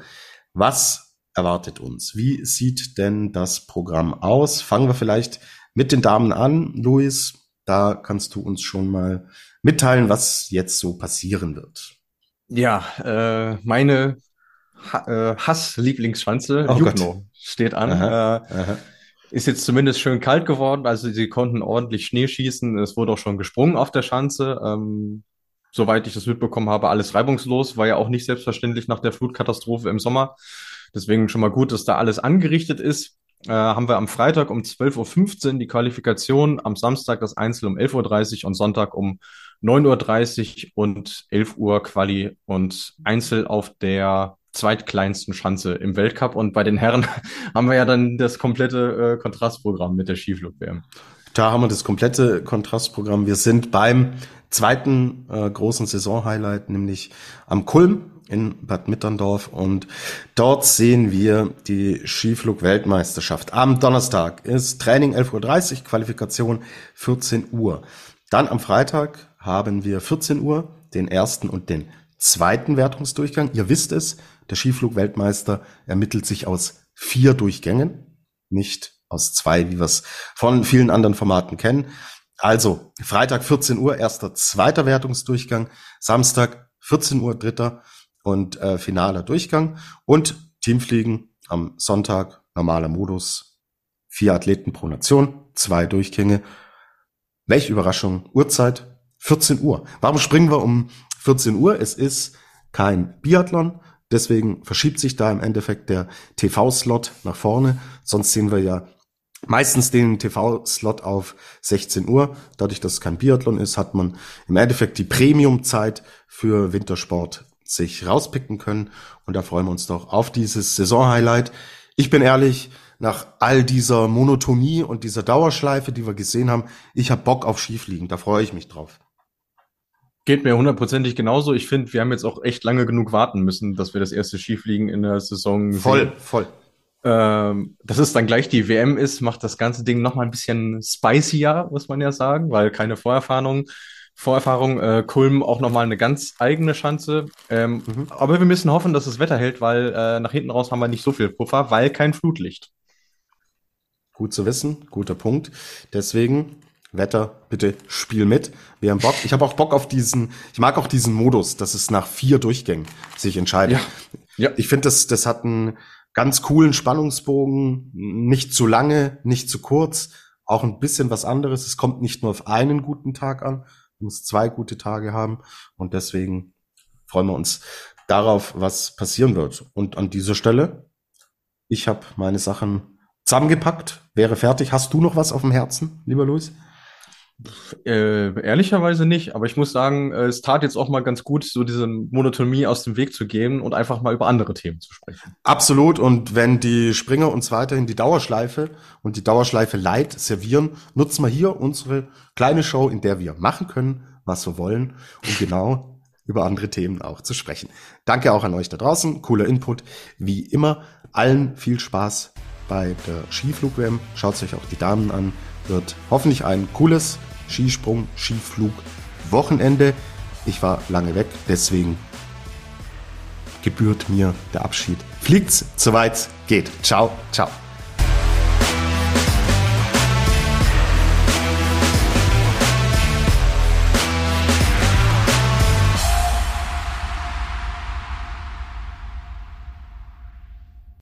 was erwartet uns? Wie sieht denn das Programm aus? Fangen wir vielleicht mit den Damen an. Luis, da kannst du uns schon mal mitteilen, was jetzt so passieren wird. Ja, äh, meine Ha- äh, Hass-Lieblingsschanze, Oh Jukno, Gott. steht an. Aha, Äh, aha. ist jetzt zumindest schön kalt geworden, also sie konnten ordentlich Schnee schießen. Es wurde auch schon gesprungen auf der Schanze. Ähm, soweit ich das mitbekommen habe, alles reibungslos. War ja auch nicht selbstverständlich nach der Flutkatastrophe im Sommer. Deswegen schon mal gut, dass da alles angerichtet ist. Äh, haben wir am Freitag um zwölf Uhr fünfzehn die Qualifikation, am Samstag das Einzel um elf Uhr dreißig und Sonntag um neun Uhr dreißig und elf Uhr Quali und Einzel auf der zweitkleinsten Schanze im Weltcup. Und bei den Herren haben wir ja dann das komplette äh, Kontrastprogramm mit der Skiflug-W M. Da haben wir das komplette Kontrastprogramm. Wir sind beim zweiten äh, großen Saisonhighlight, nämlich am Kulm in Bad Mitterndorf und dort sehen wir die Skiflug-Weltmeisterschaft. Am Donnerstag ist Training elf Uhr dreißig, Qualifikation vierzehn Uhr. Dann am Freitag haben wir vierzehn Uhr den ersten und den zweiten Wertungsdurchgang. Ihr wisst es, der Skiflug-Weltmeister ermittelt sich aus vier Durchgängen, nicht aus zwei, wie wir es von vielen anderen Formaten kennen. Also Freitag vierzehn Uhr, erster, zweiter Wertungsdurchgang, Samstag vierzehn Uhr, dritter und äh, finaler Durchgang und Teamfliegen am Sonntag, normaler Modus, vier Athleten pro Nation, zwei Durchgänge. Welche Überraschung, Uhrzeit vierzehn Uhr. Warum springen wir um vierzehn Uhr? Es ist kein Biathlon, deswegen verschiebt sich da im Endeffekt der T V-Slot nach vorne. Sonst sehen wir ja meistens den T V-Slot auf sechzehn Uhr. Dadurch, dass es kein Biathlon ist, hat man im Endeffekt die Premium-Zeit für Wintersport sich rauspicken können. Und da freuen wir uns doch auf dieses Saison-Highlight. Ich bin ehrlich, nach all dieser Monotonie und dieser Dauerschleife, die wir gesehen haben, ich habe Bock auf Skifliegen. Da freue ich mich drauf. Geht mir hundertprozentig genauso. Ich finde, wir haben jetzt auch echt lange genug warten müssen, dass wir das erste Skifliegen in der Saison Voll, sehen. voll. Ähm, dass es dann gleich die W M ist, macht das ganze Ding noch mal ein bisschen spicier, muss man ja sagen, weil keine Vorerfahrung. Vorerfahrung, äh, Kulm auch nochmal eine ganz eigene Chance. Ähm, mhm. Aber wir müssen hoffen, dass das Wetter hält, weil äh, nach hinten raus haben wir nicht so viel Puffer, weil kein Flutlicht. Gut zu wissen, guter Punkt. Deswegen, Wetter, bitte spiel mit. Wir haben Bock. Ich habe auch Bock auf diesen, ich mag auch diesen Modus, dass es nach vier Durchgängen sich entscheidet. Ja. Ja. Ich finde, das, das hat einen ganz coolen Spannungsbogen, nicht zu lange, nicht zu kurz, auch ein bisschen was anderes. Es kommt nicht nur auf einen guten Tag an, muss zwei gute Tage haben und deswegen freuen wir uns darauf, was passieren wird. Und an dieser Stelle, ich habe meine Sachen zusammengepackt, wäre fertig. Hast du noch was auf dem Herzen, lieber Luis? Äh, ehrlicherweise nicht, aber ich muss sagen, es tat jetzt auch mal ganz gut, so diese Monotonie aus dem Weg zu gehen und einfach mal über andere Themen zu sprechen. Absolut, und wenn die Springer uns weiterhin die Dauerschleife und die Dauerschleife Light servieren, nutzen wir hier unsere kleine Show, in der wir machen können, was wir wollen, um genau über andere Themen auch zu sprechen. Danke auch an euch da draußen, cooler Input, wie immer. Allen viel Spaß bei der Skiflug-W M. Schaut euch auch die Damen an, wird hoffentlich ein cooles Skisprung, Skiflug, Wochenende. Ich war lange weg, deswegen gebührt mir der Abschied. Fliegt's, soweit geht. Ciao, ciao.